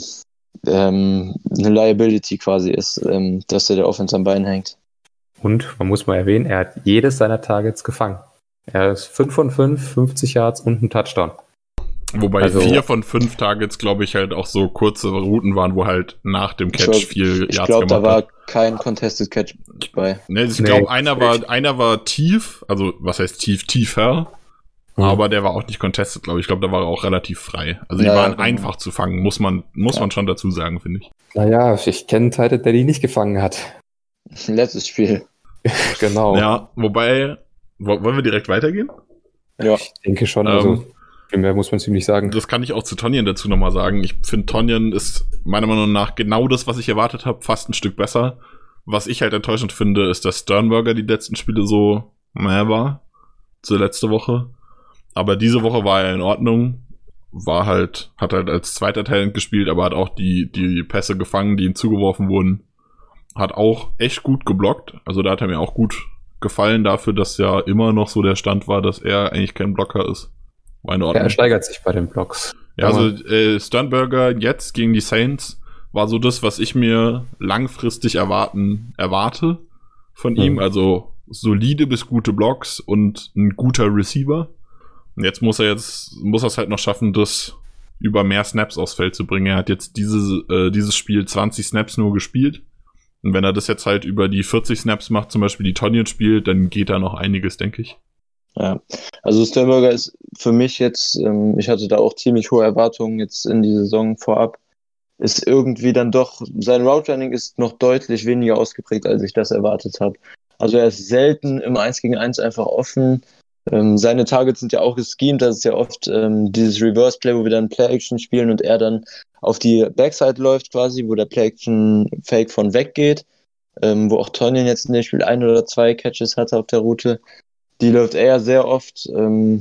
ähm, eine Liability quasi ist, ähm, dass er der Offense am Bein hängt. Und man muss mal erwähnen, er hat jedes seiner Targets gefangen. Er ist fünf von fünf, fünfzig Yards und ein Touchdown. Wobei also, vier von fünf Targets, glaube ich, halt auch so kurze Routen waren, wo halt nach dem Catch glaub, viel Yards Ich glaube, da gemacht war hat. kein Contested Catch bei. Ne, ich Nee, glaube, einer war, echt. einer war tief, also was heißt tief, tiefer, Mhm. aber der war auch nicht contested, glaube ich. Ich glaube, da war er auch relativ frei. Also die Ja, waren genau. einfach zu fangen, muss man, muss Ja. man schon dazu sagen, finde ich. Naja, ich kenne einen Tight End, der die nicht gefangen hat. Letztes Spiel. Genau. Ja, wobei, wo, wollen wir direkt weitergehen? Ja. Ich denke schon, also Ähm, viel mehr muss man ziemlich sagen. Das kann ich auch zu Tonyan dazu nochmal sagen. Ich finde, Tonyan ist meiner Meinung nach genau das, was ich erwartet habe, fast ein Stück besser. Was ich halt enttäuschend finde, ist, dass Sternberger die letzten Spiele so mehr war. Zur letzte Woche. Aber diese Woche war er in Ordnung. War halt, hat halt als zweiter Talent gespielt, aber hat auch die, die Pässe gefangen, die ihm zugeworfen wurden. Hat auch echt gut geblockt. Also da hat er mir auch gut gefallen dafür, dass ja immer noch so der Stand war, dass er eigentlich kein Blocker ist. War in Ja, Ordnung. er steigert sich bei den Blocks. Ja, also äh, Sternberger jetzt gegen die Saints war so das, was ich mir langfristig erwarten erwarte von Mhm. ihm. Also solide bis gute Blocks und ein guter Receiver. Und jetzt muss er jetzt muss er es halt noch schaffen, das über mehr Snaps aufs Feld zu bringen. Er hat jetzt dieses äh, dieses Spiel zwanzig Snaps nur gespielt. Und wenn er das jetzt halt über die vierzig Snaps macht, zum Beispiel die Tonyan spielt, dann geht da noch einiges, denke ich. Ja, also Sternberger ist für mich jetzt, ähm, ich hatte da auch ziemlich hohe Erwartungen jetzt in die Saison vorab, ist irgendwie dann doch, sein Route Running ist noch deutlich weniger ausgeprägt, als ich das erwartet habe. Also er ist selten im eins gegen eins einfach offen. Ähm, seine Targets sind ja auch geschemt, das ist ja oft ähm, dieses Reverse Play, wo wir dann Play-Action spielen und er dann auf die Backside läuft quasi, wo der Play-Action-Fake von weggeht, ähm, wo auch Tonyan jetzt in dem Spiel ein oder zwei Catches hatte auf der Route. Die läuft er sehr oft. Ähm,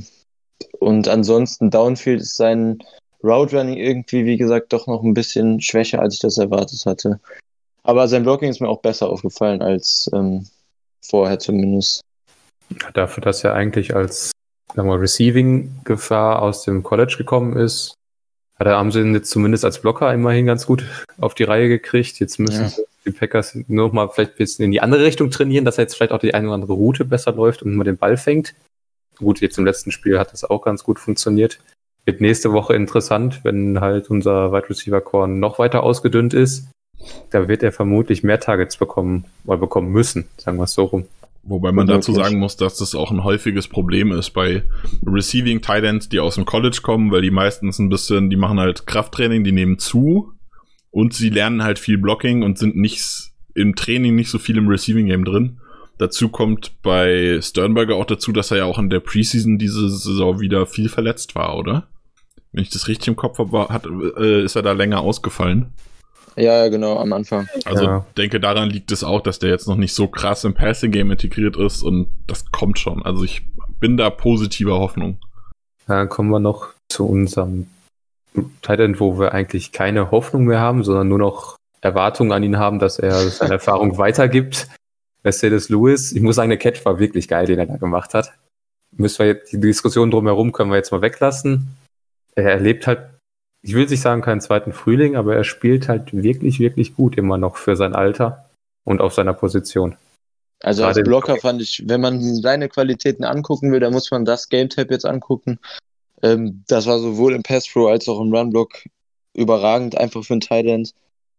und ansonsten Downfield ist sein Route Running irgendwie, wie gesagt, doch noch ein bisschen schwächer, als ich das erwartet hatte. Aber sein Blocking ist mir auch besser aufgefallen als ähm, vorher zumindest. Dafür, dass er eigentlich als sagen wir, Receiving-Gefahr aus dem College gekommen ist, hat er Amsel jetzt zumindest als Blocker immerhin ganz gut auf die Reihe gekriegt. Jetzt müssen Ja. die Packers nur noch mal vielleicht ein bisschen in die andere Richtung trainieren, dass er jetzt vielleicht auch die eine oder andere Route besser läuft und mal den Ball fängt. Gut, jetzt im letzten Spiel hat das auch ganz gut funktioniert. Wird nächste Woche interessant, wenn halt unser Wide Receiver Core noch weiter ausgedünnt ist. Da wird er vermutlich mehr Targets bekommen oder bekommen müssen, sagen wir es so rum. Wobei man Gut dazu möglich. sagen muss, dass das auch ein häufiges Problem ist bei Receiving Tight Ends, die aus dem College kommen, weil die meistens ein bisschen, die machen halt Krafttraining, die nehmen zu und sie lernen halt viel Blocking und sind nicht im Training nicht so viel im Receiving Game drin. Dazu kommt bei Sternberger auch dazu, dass er ja auch in der Preseason diese Saison wieder viel verletzt war, oder? Wenn ich das richtig im Kopf habe, war- hat, äh, ist er da länger ausgefallen. Ja, ja, genau, am Anfang. Also Ja. denke, daran liegt es auch, dass der jetzt noch nicht so krass im Passing-Game integriert ist und das kommt schon. Also ich bin da positiver Hoffnung. Dann kommen wir noch zu unserem Tight End, wo wir eigentlich keine Hoffnung mehr haben, sondern nur noch Erwartungen an ihn haben, dass er seine Erfahrung weitergibt. Mercedes Lewis, ich muss sagen, der Catch war wirklich geil, den er da gemacht hat. Müssen wir jetzt, die Diskussion drumherum können wir jetzt mal weglassen. Er erlebt halt, ich will nicht sagen keinen zweiten Frühling, aber er spielt halt wirklich, wirklich gut immer noch für sein Alter und auf seiner Position. Also Gerade als im Blocker Blocking. fand ich, wenn man seine Qualitäten angucken will, dann muss man das Game Tape jetzt angucken. Ähm, das war sowohl im Pass Pro als auch im Run Block überragend, einfach für einen Tight End.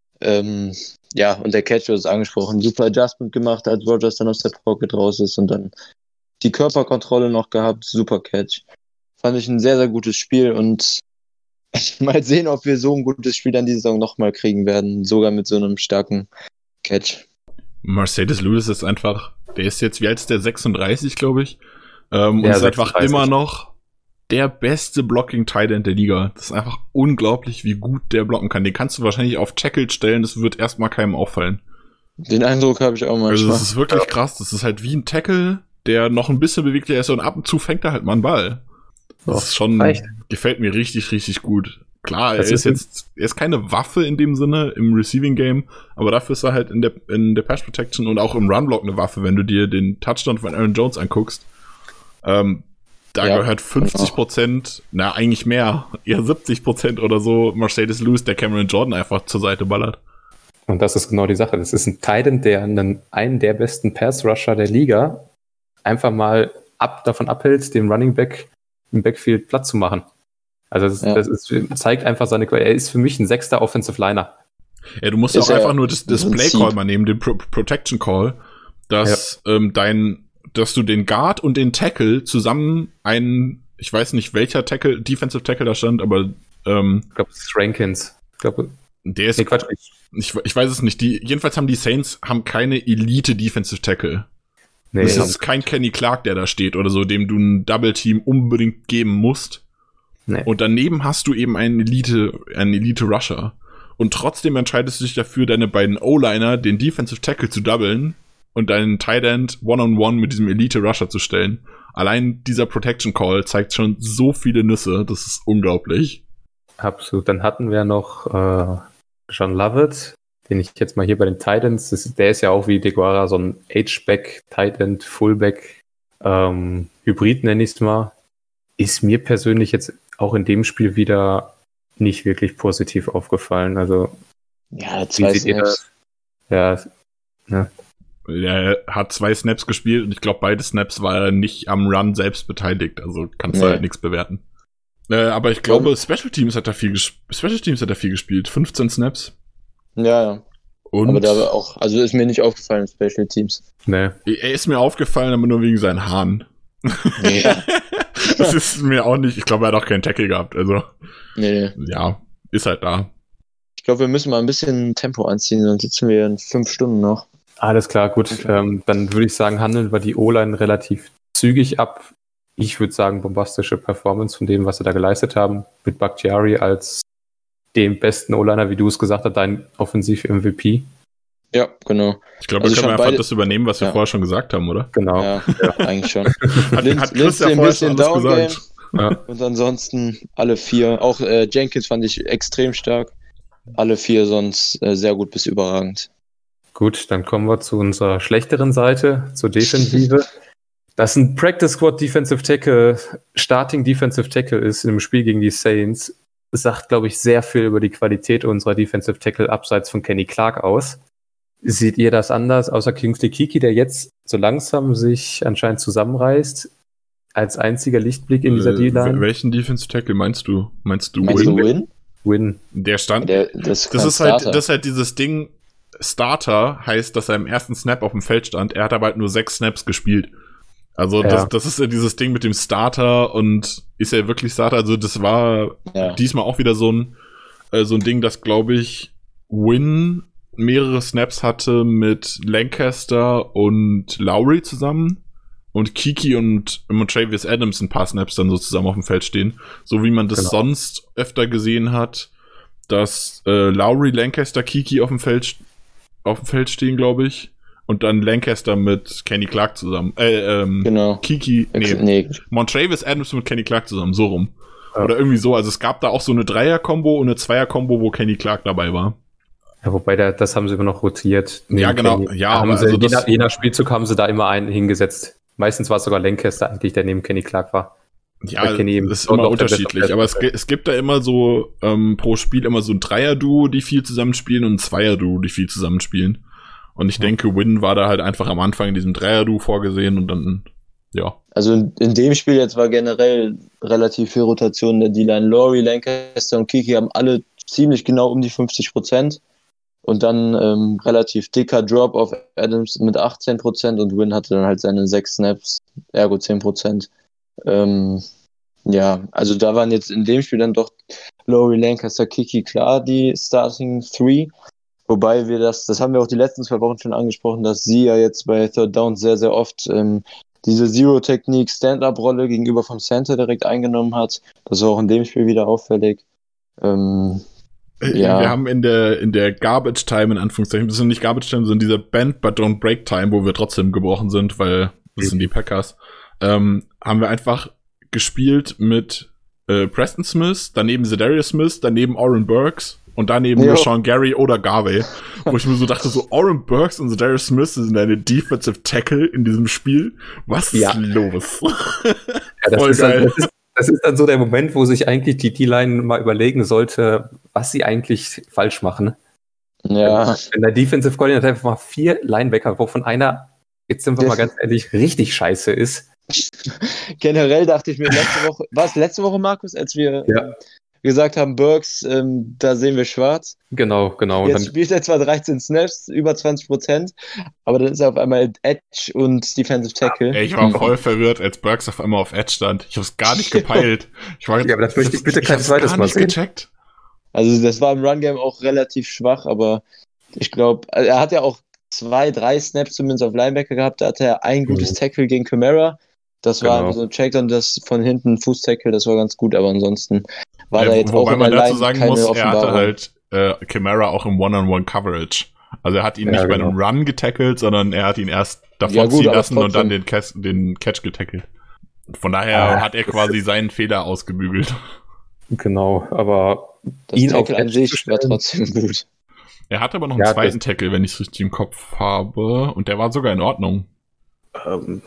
Ähm, ja, und der Catch, du hast es angesprochen, super Adjustment gemacht, als Rodgers dann aus der Pocket raus ist und dann die Körperkontrolle noch gehabt, super Catch. Fand ich ein sehr, sehr gutes Spiel und Mal sehen, ob wir so ein gutes Spiel dann diese Saison nochmal kriegen werden. Sogar mit so einem starken Catch. Mercedes Lewis ist einfach, der ist jetzt, wie alt ist der? sechsunddreißig, glaube ich. Ähm, Ja, und ist einfach sechsunddreißig. immer noch der beste Blocking-Tight End der Liga. Das ist einfach unglaublich, wie gut der blocken kann. Den kannst du wahrscheinlich auf Tackle stellen, das wird erstmal keinem auffallen. Den Eindruck habe ich auch manchmal. Also das ist wirklich krass. Das ist halt wie ein Tackle, der noch ein bisschen beweglicher ist und ab und zu fängt er halt mal einen Ball. Das Oh, ist schon, reicht. gefällt mir richtig, richtig gut. Klar, er Das ist ist ein- jetzt, er ist keine Waffe in dem Sinne im Receiving Game, aber dafür ist er halt in der, in der Pass Protection und auch im Run Block eine Waffe, wenn du dir den Touchdown von Aaron Jones anguckst. Ähm, da Ja, gehört fünfzig Prozent, na eigentlich mehr, eher siebzig Prozent oder so Mercedes Lewis, der Cameron Jordan einfach zur Seite ballert. Und das ist genau die Sache. Das ist ein Tight End, der einen, einen der besten Pass-Rusher der Liga einfach mal ab, davon abhält, dem Running Back im Backfield Platz zu machen. Also das, Ja. das ist, zeigt einfach seine Qualität. Er ist für mich ein sechster Offensive Liner. Ja, du musst Ist auch ja einfach nur das, das im Play Prinzip- Call mal nehmen, den Pro Protection Call, dass ähm, dein, dass du den Guard und den Tackle zusammen einen, ich weiß nicht welcher Tackle, Defensive Tackle da stand, aber ähm, Ich glaube, es ist Rankins. Ich glaube, der ist, nee, Quatsch. Ich, ich, ich weiß es nicht, die, jedenfalls haben die Saints haben keine Elite Defensive Tackle. nee, Das ist kein Kenny Clark, der da steht oder so, dem du ein Double Team unbedingt geben musst. nee. Und daneben hast du eben einen Elite, einen Elite Rusher. Und trotzdem entscheidest du dich dafür, deine beiden O-Liner, den Defensive Tackle zu doublen und deinen Tight End One-on-One mit diesem Elite Rusher zu stellen. Allein dieser Protection Call zeigt schon so viele Nüsse, das ist unglaublich. Absolut. Dann hatten wir noch äh, John Lovett, den ich jetzt mal hier bei den Titans, das, der ist ja auch wie Deguara so ein H-Back, Tight End, Fullback, ähm, Hybrid nenne ich es mal. Ist mir persönlich jetzt auch in dem Spiel wieder nicht wirklich positiv aufgefallen. Also, Ja, wie zwei seht ihr Snaps. das? Ja, Er hat zwei Snaps gespielt und ich glaube, beide Snaps war er nicht am Run selbst beteiligt, also kannst du Nee. halt nichts bewerten. Äh, aber ich glaube, Special Teams hat er viel ges- Special Teams hat er viel gespielt, fünfzehn Snaps. Ja, ja. Und Aber da war auch, also ist mir nicht aufgefallen, Special Teams. ne. er ist mir aufgefallen, aber nur wegen seinen Haaren. Ja. Das ist mir auch nicht, ich glaube, er hat auch keinen Tackle gehabt, also Nee, nee. ja, ist halt da. Ich glaube, wir müssen mal ein bisschen Tempo anziehen, sonst sitzen wir in fünf Stunden noch. Alles klar, gut. Okay. Ähm, dann würde ich sagen, handeln wir die O-Line relativ zügig ab. Ich würde sagen, bombastische Performance von dem, was sie da geleistet haben. Mit Bakhtiari als dem besten O-Liner, wie du es gesagt hast, dein Offensiv-M V P. Ja, genau. Ich glaube, Also da können wir ich fand einfach beide- das übernehmen, was wir Ja. vorher schon gesagt haben, oder? Genau. Ja, eigentlich schon. Hat, Linz- hat Chris Linz ja ein vorher schon bisschen alles Down-Game. gesagt. Ja. Und ansonsten alle vier. Auch äh, Jenkins fand ich extrem stark. Alle vier sonst äh, sehr gut bis überragend. Gut, dann kommen wir zu unserer schlechteren Seite, zur Defensive. Dass ein Practice Squad Defensive Tackle, Starting Defensive Tackle ist in einem Spiel gegen die Saints, sagt, glaube ich, sehr viel über die Qualität unserer Defensive Tackle abseits von Kenny Clark aus. Seht ihr das anders, außer Kingsley Kiki, der jetzt so langsam sich anscheinend zusammenreißt, als einziger Lichtblick in dieser Äh, D-Line? welchen Defensive Tackle meinst du? Meinst du Meinst Win? du Win? Win. Der stand. Der, das ist, das kein ist halt, Starter. das ist halt dieses Ding. Starter heißt, dass er im ersten Snap auf dem Feld stand. Er hat aber halt nur sechs Snaps gespielt. Also Ja. das, das ist ja dieses Ding mit dem Starter und ist er wirklich Starter? Also das war Ja. diesmal auch wieder so ein äh, so ein Ding, das glaube ich Win mehrere Snaps hatte mit Lancaster und Lowry zusammen und Kiki und Montravius Adams ein paar Snaps dann so zusammen auf dem Feld stehen. So wie man das Genau. sonst öfter gesehen hat, dass äh, Lowry, Lancaster, Kiki auf dem Feld auf dem Feld stehen, glaube ich. Und dann Lancaster mit Kenny Clark zusammen. Äh, ähm, Genau. Kiki, nee, Nee. Montravius Adams mit Kenny Clark zusammen, so rum. Ja. Oder irgendwie so. Also es gab da auch so eine Dreier-Kombo und eine Zweier-Kombo, wo Kenny Clark dabei war. Ja, wobei, der, das haben sie immer noch rotiert. Ja, Neben genau. Kenny. Ja, Da haben aber sie, also je, das- nach, je nach Spielzug haben sie da immer einen hingesetzt. Meistens war es sogar Lancaster eigentlich, der neben Kenny Clark war. Ja, Weil Kenny eben das ist dort immer auf der unterschiedlich. besten Aber es, Plätze gi- es gibt da immer so ähm, pro Spiel immer so ein Dreier-Duo, die viel zusammenspielen und ein Zweier-Duo, die viel zusammenspielen. Und ich denke, Win war da halt einfach am Anfang in diesem Dreier-Duo vorgesehen und dann, ja. Also in, in dem Spiel jetzt war generell relativ viel Rotation in der D-Line. Laurie, Lancaster und Kiki haben alle ziemlich genau um die fünfzig Prozent. Und dann ähm, relativ dicker Drop auf Adams mit achtzehn Prozent und Win hatte dann halt seine sechs Snaps, ergo zehn Prozent. Ähm, Ja, also da waren jetzt in dem Spiel dann doch Laurie, Lancaster, Kiki klar die Starting Three. Wobei wir das, das haben wir auch die letzten zwei Wochen schon angesprochen, dass sie ja jetzt bei Third Down sehr, sehr oft ähm, diese Zero-Technik Stand-Up-Rolle gegenüber vom Center direkt eingenommen hat. Das war auch in dem Spiel wieder auffällig. Ähm, ja. Wir haben in der in der Garbage Time, in Anführungszeichen, das sind nicht Garbage Time, sondern diese Bend but don't break Time, wo wir trotzdem gebrochen sind, weil das sind die Packers, ähm, haben wir einfach gespielt mit äh, Preston Smith, daneben Za'Darius Smith, daneben Oren Burks und daneben Jo. Rashawn Gary oder Garvey, wo ich mir so dachte, so Oren Burks und Za'Darius Smith sind eine Defensive Tackle in diesem Spiel. Was Ja. ist los? Ja, das, Voll ist dann, geil. das, ist, das ist dann so der Moment, wo sich eigentlich die D-Line mal überlegen sollte, was sie eigentlich falsch machen. Ja, Wenn der Defensive Coordinator einfach mal vier Linebacker, wovon einer, jetzt sind wir Das- mal ganz ehrlich, richtig scheiße ist. generell dachte ich mir letzte Woche, war es letzte Woche, Markus, als wir Ja. äh, gesagt haben, Burks, ähm, da sehen wir schwarz. Genau, genau. Und Jetzt dann, spielt er zwar dreizehn Snaps, über zwanzig Prozent, aber dann ist er auf einmal Edge und Defensive Tackle. Ey, ich war voll verwirrt, als Burks auf einmal auf Edge stand. Ich hab's gar nicht gepeilt. Ich war, Ja, aber das möchte ich bitte kein hab's zweites gar Mal nicht sehen. gecheckt. Also das war im Run-Game auch relativ schwach, aber ich glaube, er hat ja auch zwei, drei Snaps zumindest auf Linebacker gehabt. Da hatte er ein gutes Mhm. Tackle gegen Kamara. Das war Genau. so ein Checkdown, das von hinten Fuß-Tackle, das war ganz gut, aber ansonsten war Ja, da jetzt wobei auch in man der dazu Line sagen keine muss, er Offenbarung. hatte halt äh, Kamara auch im One-on-One-Coverage. Also er hat ihn Ja, nicht bei genau. einem Run getackelt, sondern er hat ihn erst davon Ja, gut, ziehen aber lassen und dann trotzdem. den, Cas- den Catch getackelt. Von daher Ah, hat er das quasi ist- seinen Fehler ausgebügelt. genau, aber Das ihn auf Tackle an Edge sich zu war stellen- trotzdem gut. Er hatte aber noch einen Ja, zweiten Tackle, wenn ich es richtig im Kopf habe. Und der war sogar in Ordnung. ähm,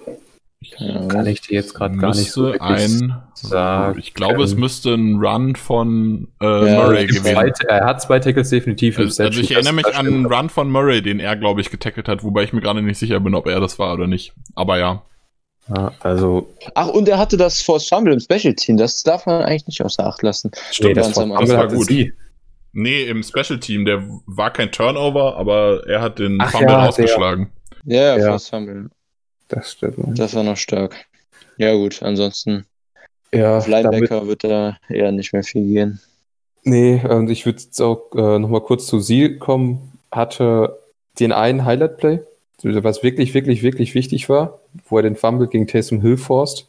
Ja. kann ich dir jetzt gerade gar nicht so Müsste wirklich ein, sagen. ich glaube, es müsste ein Run von äh, Ja, Murray die gewesen. Zwei, er hat zwei Tackles definitiv im Also, Set. also ich Das- erinnere mich das an stimmt. einen Run von Murray, den er, glaube ich, getackelt hat, wobei ich mir gerade nicht sicher bin, ob er das war oder nicht. Aber ja. Ja, also, Ach, und er hatte das Force Fumble im Special Team. Das darf man eigentlich nicht außer Acht lassen. nee, das, ganz am war, das war hatte gut. sie. Nee, im Special Team, der war kein Turnover, aber er hat den Ach Fumble ja, ausgeschlagen. Ja, ja, Ja. Force Fumble. Das stimmt. Das war noch stark. Ja, gut, ansonsten Ja, auf Linebacker wird da eher nicht mehr viel gehen. Nee, und ich würde jetzt auch äh, nochmal kurz zu sie kommen. Hatte den einen Highlight-Play, was wirklich, wirklich, wirklich wichtig war, wo er den Fumble gegen Taysom Hill forst.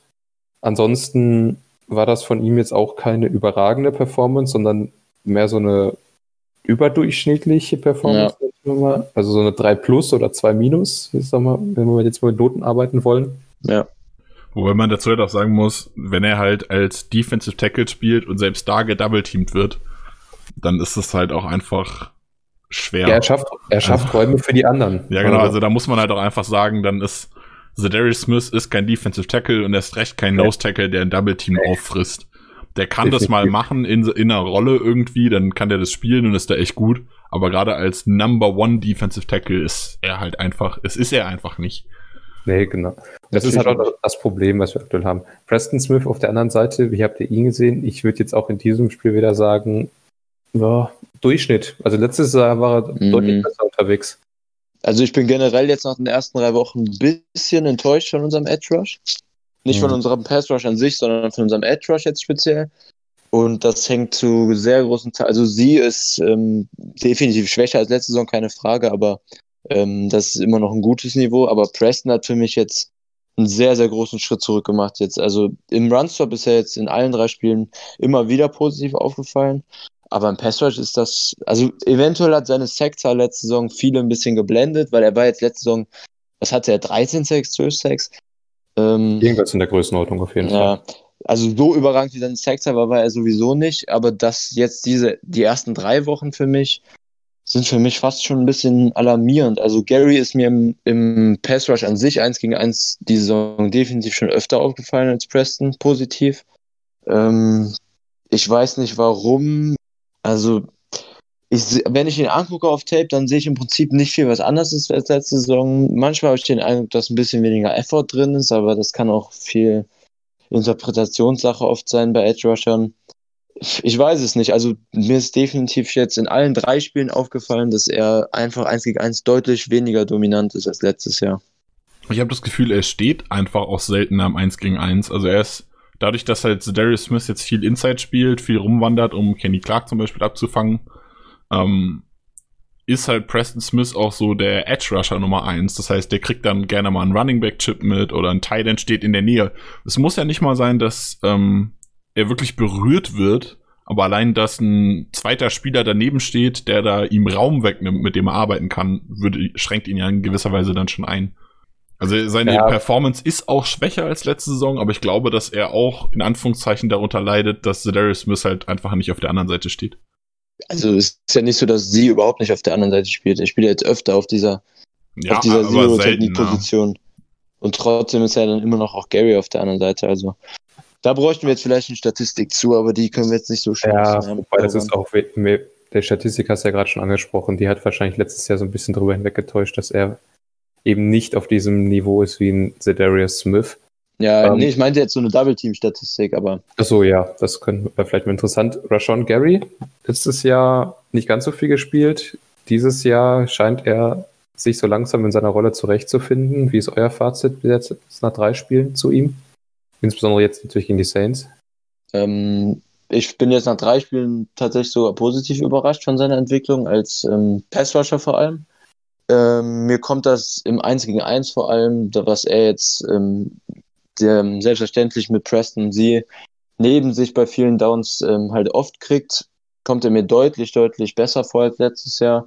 Ansonsten war das von ihm jetzt auch keine überragende Performance, sondern mehr so eine überdurchschnittliche Performance. sag ich mal. Also so eine drei plus oder zwei minus, sag mal, wenn wir jetzt mal mit Noten arbeiten wollen. Ja. Wobei man dazu halt auch sagen muss, wenn er halt als Defensive Tackle spielt und selbst da gedouble-teamed wird, dann ist es halt auch einfach schwer. Ja, er schafft, er schafft Räume für die anderen. Ja, genau, also da muss man halt auch einfach sagen, dann ist Za'Darius Smith ist kein Defensive Tackle und erst recht kein Nee. Nose Tackle, der ein Double Team Nee. auffrisst. Der kann das mal Definitiv. machen in, in einer Rolle irgendwie, dann kann der das spielen und ist da echt gut. Aber gerade als Number One Defensive Tackle ist er halt einfach, es ist er einfach nicht. Nee, genau. Das ist halt auch das Problem, was wir aktuell haben. Preston Smith auf der anderen Seite, wie habt ihr ihn gesehen? Ich würde jetzt auch in diesem Spiel wieder sagen, ja, Durchschnitt. Also letztes Jahr war er Mhm. deutlich besser unterwegs. Also ich bin generell jetzt nach den ersten drei Wochen ein bisschen enttäuscht von unserem Edge Rush. Nicht Mhm. von unserem Pass Rush an sich, sondern von unserem Edge Rush jetzt speziell. Und das hängt zu sehr großen Teil. Also sie ist ähm, definitiv schwächer als letzte Saison, keine Frage, aber ähm, das ist immer noch ein gutes Niveau. Aber Preston hat für mich jetzt einen sehr, sehr großen Schritt zurück gemacht jetzt. Also im Runstop ist er jetzt in allen drei Spielen immer wieder positiv aufgefallen. Aber im Pass Rush ist das, also eventuell hat seine Sackzahl letzte Saison viele ein bisschen geblendet, weil er war jetzt letzte Saison, was hatte er, dreizehn Sacks, zwölf Sacks? Ähm, Irgendwas in der Größenordnung auf jeden Fall. ja, also so überragend wie seine Sackzahl war, war er sowieso nicht, aber das jetzt diese, die ersten drei Wochen für mich, sind für mich fast schon ein bisschen alarmierend. Also Gary ist mir im, im Pass Rush an sich eins gegen eins die Saison definitiv schon öfter aufgefallen als Preston, positiv. Ähm, ich weiß nicht warum, also ich, se- wenn ich ihn angucke auf Tape, dann sehe ich im Prinzip nicht viel was anderes ist als letzte Saison. Manchmal habe ich den Eindruck, dass ein bisschen weniger Effort drin ist, aber das kann auch viel Interpretationssache oft sein bei Edge Rushern. Ich weiß es nicht. Also mir ist definitiv jetzt in allen drei Spielen aufgefallen, dass er einfach eins gegen eins deutlich weniger dominant ist als letztes Jahr. Ich habe das Gefühl, er steht einfach auch seltener am eins gegen eins. Also er ist dadurch, dass halt Za'Darius Smith jetzt viel Inside spielt, viel rumwandert, um Kenny Clark zum Beispiel abzufangen, ähm, ist halt Preston Smith auch so der Edge-Rusher Nummer eins. Das heißt, der kriegt dann gerne mal einen Running-Back-Chip mit oder ein Tight End steht in der Nähe. Es muss ja nicht mal sein, dass ähm, er wirklich berührt wird, aber allein, dass ein zweiter Spieler daneben steht, der da ihm Raum wegnimmt, mit dem er arbeiten kann, würde, schränkt ihn ja in gewisser Weise dann schon ein. Also seine ja. Performance ist auch schwächer als letzte Saison, aber ich glaube, dass er auch in Anführungszeichen darunter leidet, dass Za'Darius Smith halt einfach nicht auf der anderen Seite steht. Also es ist ja nicht so, dass sie überhaupt nicht auf der anderen Seite spielt. Er spielt jetzt öfter auf dieser, ja, auf dieser Zero-Technik-Position. Und trotzdem ist ja dann immer noch auch Gary auf der anderen Seite. Also da bräuchten wir jetzt vielleicht eine Statistik zu, aber die können wir jetzt nicht so schnell Ja, wobei das ist auch, der Statistik hast du ja gerade schon angesprochen, die hat wahrscheinlich letztes Jahr so ein bisschen drüber hinweggetäuscht, dass er eben nicht auf diesem Niveau ist wie ein Za'Darius Smith. Ja, ähm, nee, Ähm, ich meinte jetzt so eine Double-Team-Statistik, aber Achso, ja, das könnte wäre vielleicht mal interessant. Rashawn Gary, letztes Jahr nicht ganz so viel gespielt. Dieses Jahr scheint er sich so langsam in seiner Rolle zurechtzufinden. Wie ist euer Fazit jetzt nach drei Spielen zu ihm? Insbesondere jetzt natürlich gegen die Saints. ähm, ich bin jetzt nach drei Spielen tatsächlich sogar positiv überrascht von seiner Entwicklung als ähm, Pass-Rusher vor allem. Ähm, mir kommt das im eins gegen eins vor allem, da- was er jetzt ähm, der, selbstverständlich mit Preston sie neben sich bei vielen Downs ähm, halt oft kriegt, kommt er mir deutlich, deutlich besser vor als letztes Jahr.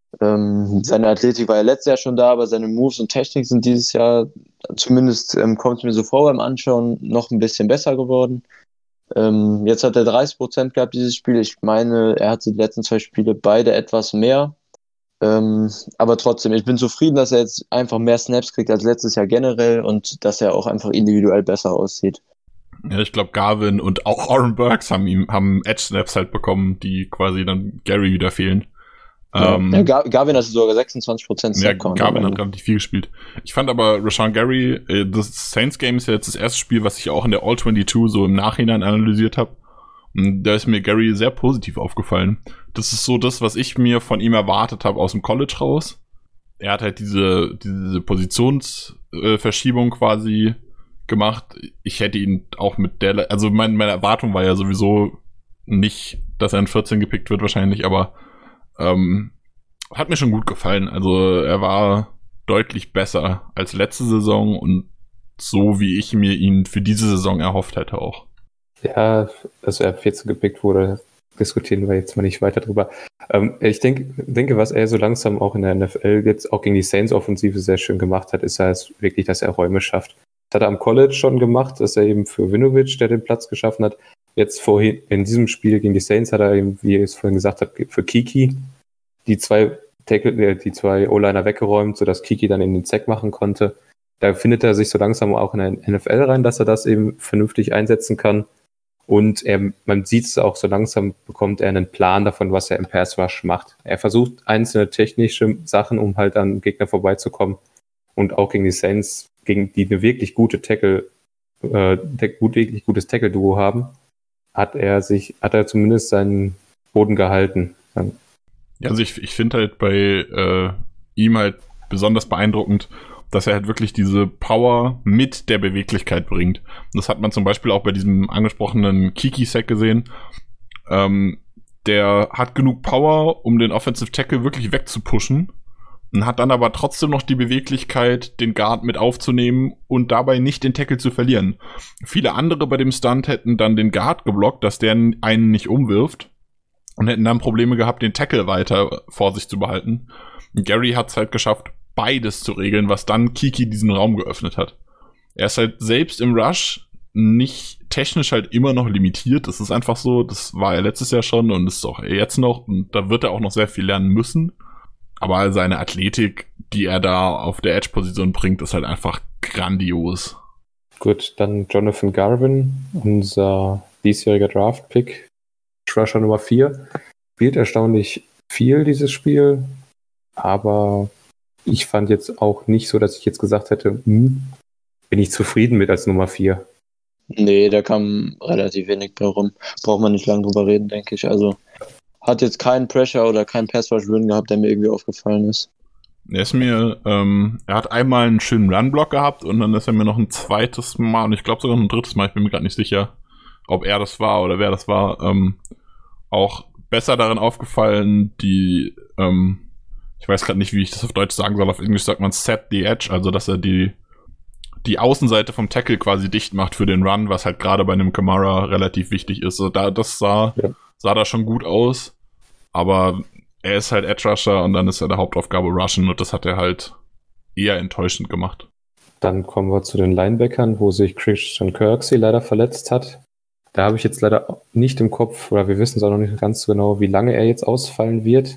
Ähm, seine Athletik war ja letztes Jahr schon da, aber seine Moves und Technik sind dieses Jahr, zumindest ähm, kommt es mir so vor beim Anschauen, noch ein bisschen besser geworden. Ähm, jetzt hat er dreißig Prozent gehabt dieses Spiel. Ich meine, er hatte die letzten zwei Spiele beide etwas mehr. Ähm, aber trotzdem, ich bin zufrieden, dass er jetzt einfach mehr Snaps kriegt als letztes Jahr generell und dass er auch einfach individuell besser aussieht. Ja, ich glaube, Garvin und auch Oren Burks haben ihm haben Edge-Snaps halt bekommen, die quasi dann Gary wieder fehlen. Ja, Ähm, ja, Gar- Garvin hatte sogar sechsundzwanzig Prozent Ja, Snap-Count. Garvin hat relativ viel gespielt. Ich fand aber Rashawn Gary, äh, das Saints-Game ist ja jetzt das erste Spiel, was ich auch in der All zweiundzwanzig so im Nachhinein analysiert habe. Und da ist mir Gary sehr positiv aufgefallen. Das ist so das, was ich mir von ihm erwartet habe aus dem College raus. Er hat halt diese, diese Positionsverschiebung äh, quasi gemacht. Ich hätte ihn auch mit der, also mein, meine Erwartung war ja sowieso nicht, dass er in vierzehn gepickt wird wahrscheinlich, aber ähm, hat mir schon gut gefallen. Also er war deutlich besser als letzte Saison und so, wie ich mir ihn für diese Saison erhofft hätte auch. Ja, also er vierzehn gepickt wurde, diskutieren wir jetzt mal nicht weiter drüber. Ähm, ich denk, denke, was er so langsam auch in der N F L jetzt auch gegen die Saints-Offensive sehr schön gemacht hat, ist halt wirklich, dass er Räume schafft. Das hat er am College schon gemacht, dass er eben für Winovich, der den Platz geschaffen hat. Jetzt vorhin, in diesem Spiel gegen die Saints hat er eben, wie ich es vorhin gesagt habe, für Kiki die zwei Tackle, die zwei O-Liner weggeräumt, sodass Kiki dann eben den Sack machen konnte. Da findet er sich so langsam auch in der N F L rein, dass er das eben vernünftig einsetzen kann. Und er, man sieht es auch, so langsam bekommt er einen Plan davon, was er im Pass Rush macht. Er versucht einzelne technische Sachen, um halt an Gegner vorbeizukommen. Und auch gegen die Saints, gegen die eine wirklich gute Tackle, äh, gut, wirklich gutes Tackle-Duo haben, hat er sich, hat er zumindest seinen Boden gehalten. Ja, also ich, ich finde halt bei äh, ihm halt besonders beeindruckend, dass er halt wirklich diese Power mit der Beweglichkeit bringt. Das hat man zum Beispiel auch bei diesem angesprochenen Kiki-Sack gesehen. Ähm, der hat genug Power, um den Offensive Tackle wirklich wegzupushen und hat dann aber trotzdem noch die Beweglichkeit, den Guard mit aufzunehmen und dabei nicht den Tackle zu verlieren. Viele andere bei dem Stunt hätten dann den Guard geblockt, dass der einen nicht umwirft und hätten dann Probleme gehabt, den Tackle weiter vor sich zu behalten. Und Gary hat es halt geschafft, beides zu regeln, was dann Kiki diesen Raum geöffnet hat. Er ist halt selbst im Rush nicht technisch halt immer noch limitiert. Das ist einfach so, das war er letztes Jahr schon und ist auch jetzt noch. Und da wird er auch noch sehr viel lernen müssen. Aber seine Athletik, die er da auf der Edge-Position bringt, ist halt einfach grandios. Gut, dann Jonathan Garvin, unser diesjähriger Draft-Pick, Rusher Nummer vier, spielt erstaunlich viel dieses Spiel, aber ich fand jetzt auch nicht so, dass ich jetzt gesagt hätte, hm, bin ich zufrieden mit als Nummer vier. Nee, da kam relativ wenig bei rum. Braucht man nicht lange drüber reden, denke ich. Also hat jetzt keinen Pressure oder keinen Pass-Rush-Win gehabt, der mir irgendwie aufgefallen ist. Er ist mir, ähm, er hat einmal einen schönen Run-Block gehabt und dann ist er mir noch ein zweites Mal und ich glaube sogar noch ein drittes Mal, ich bin mir gerade nicht sicher, ob er das war oder wer das war, ähm, auch besser darin aufgefallen, die, ähm, ich weiß gerade nicht, wie ich das auf Deutsch sagen soll, auf Englisch sagt man set the edge, also dass er die die Außenseite vom Tackle quasi dicht macht für den Run, was halt gerade bei einem Kamara relativ wichtig ist. Also da, das sah, ja. sah da schon gut aus, aber er ist halt Edge Rusher und dann ist er der Hauptaufgabe Rushen und das hat er halt eher enttäuschend gemacht. Dann kommen wir zu den Linebackern, wo sich Christian Kirksey leider verletzt hat. Da habe ich jetzt leider nicht im Kopf, oder wir wissen es auch noch nicht ganz so genau, wie lange er jetzt ausfallen wird.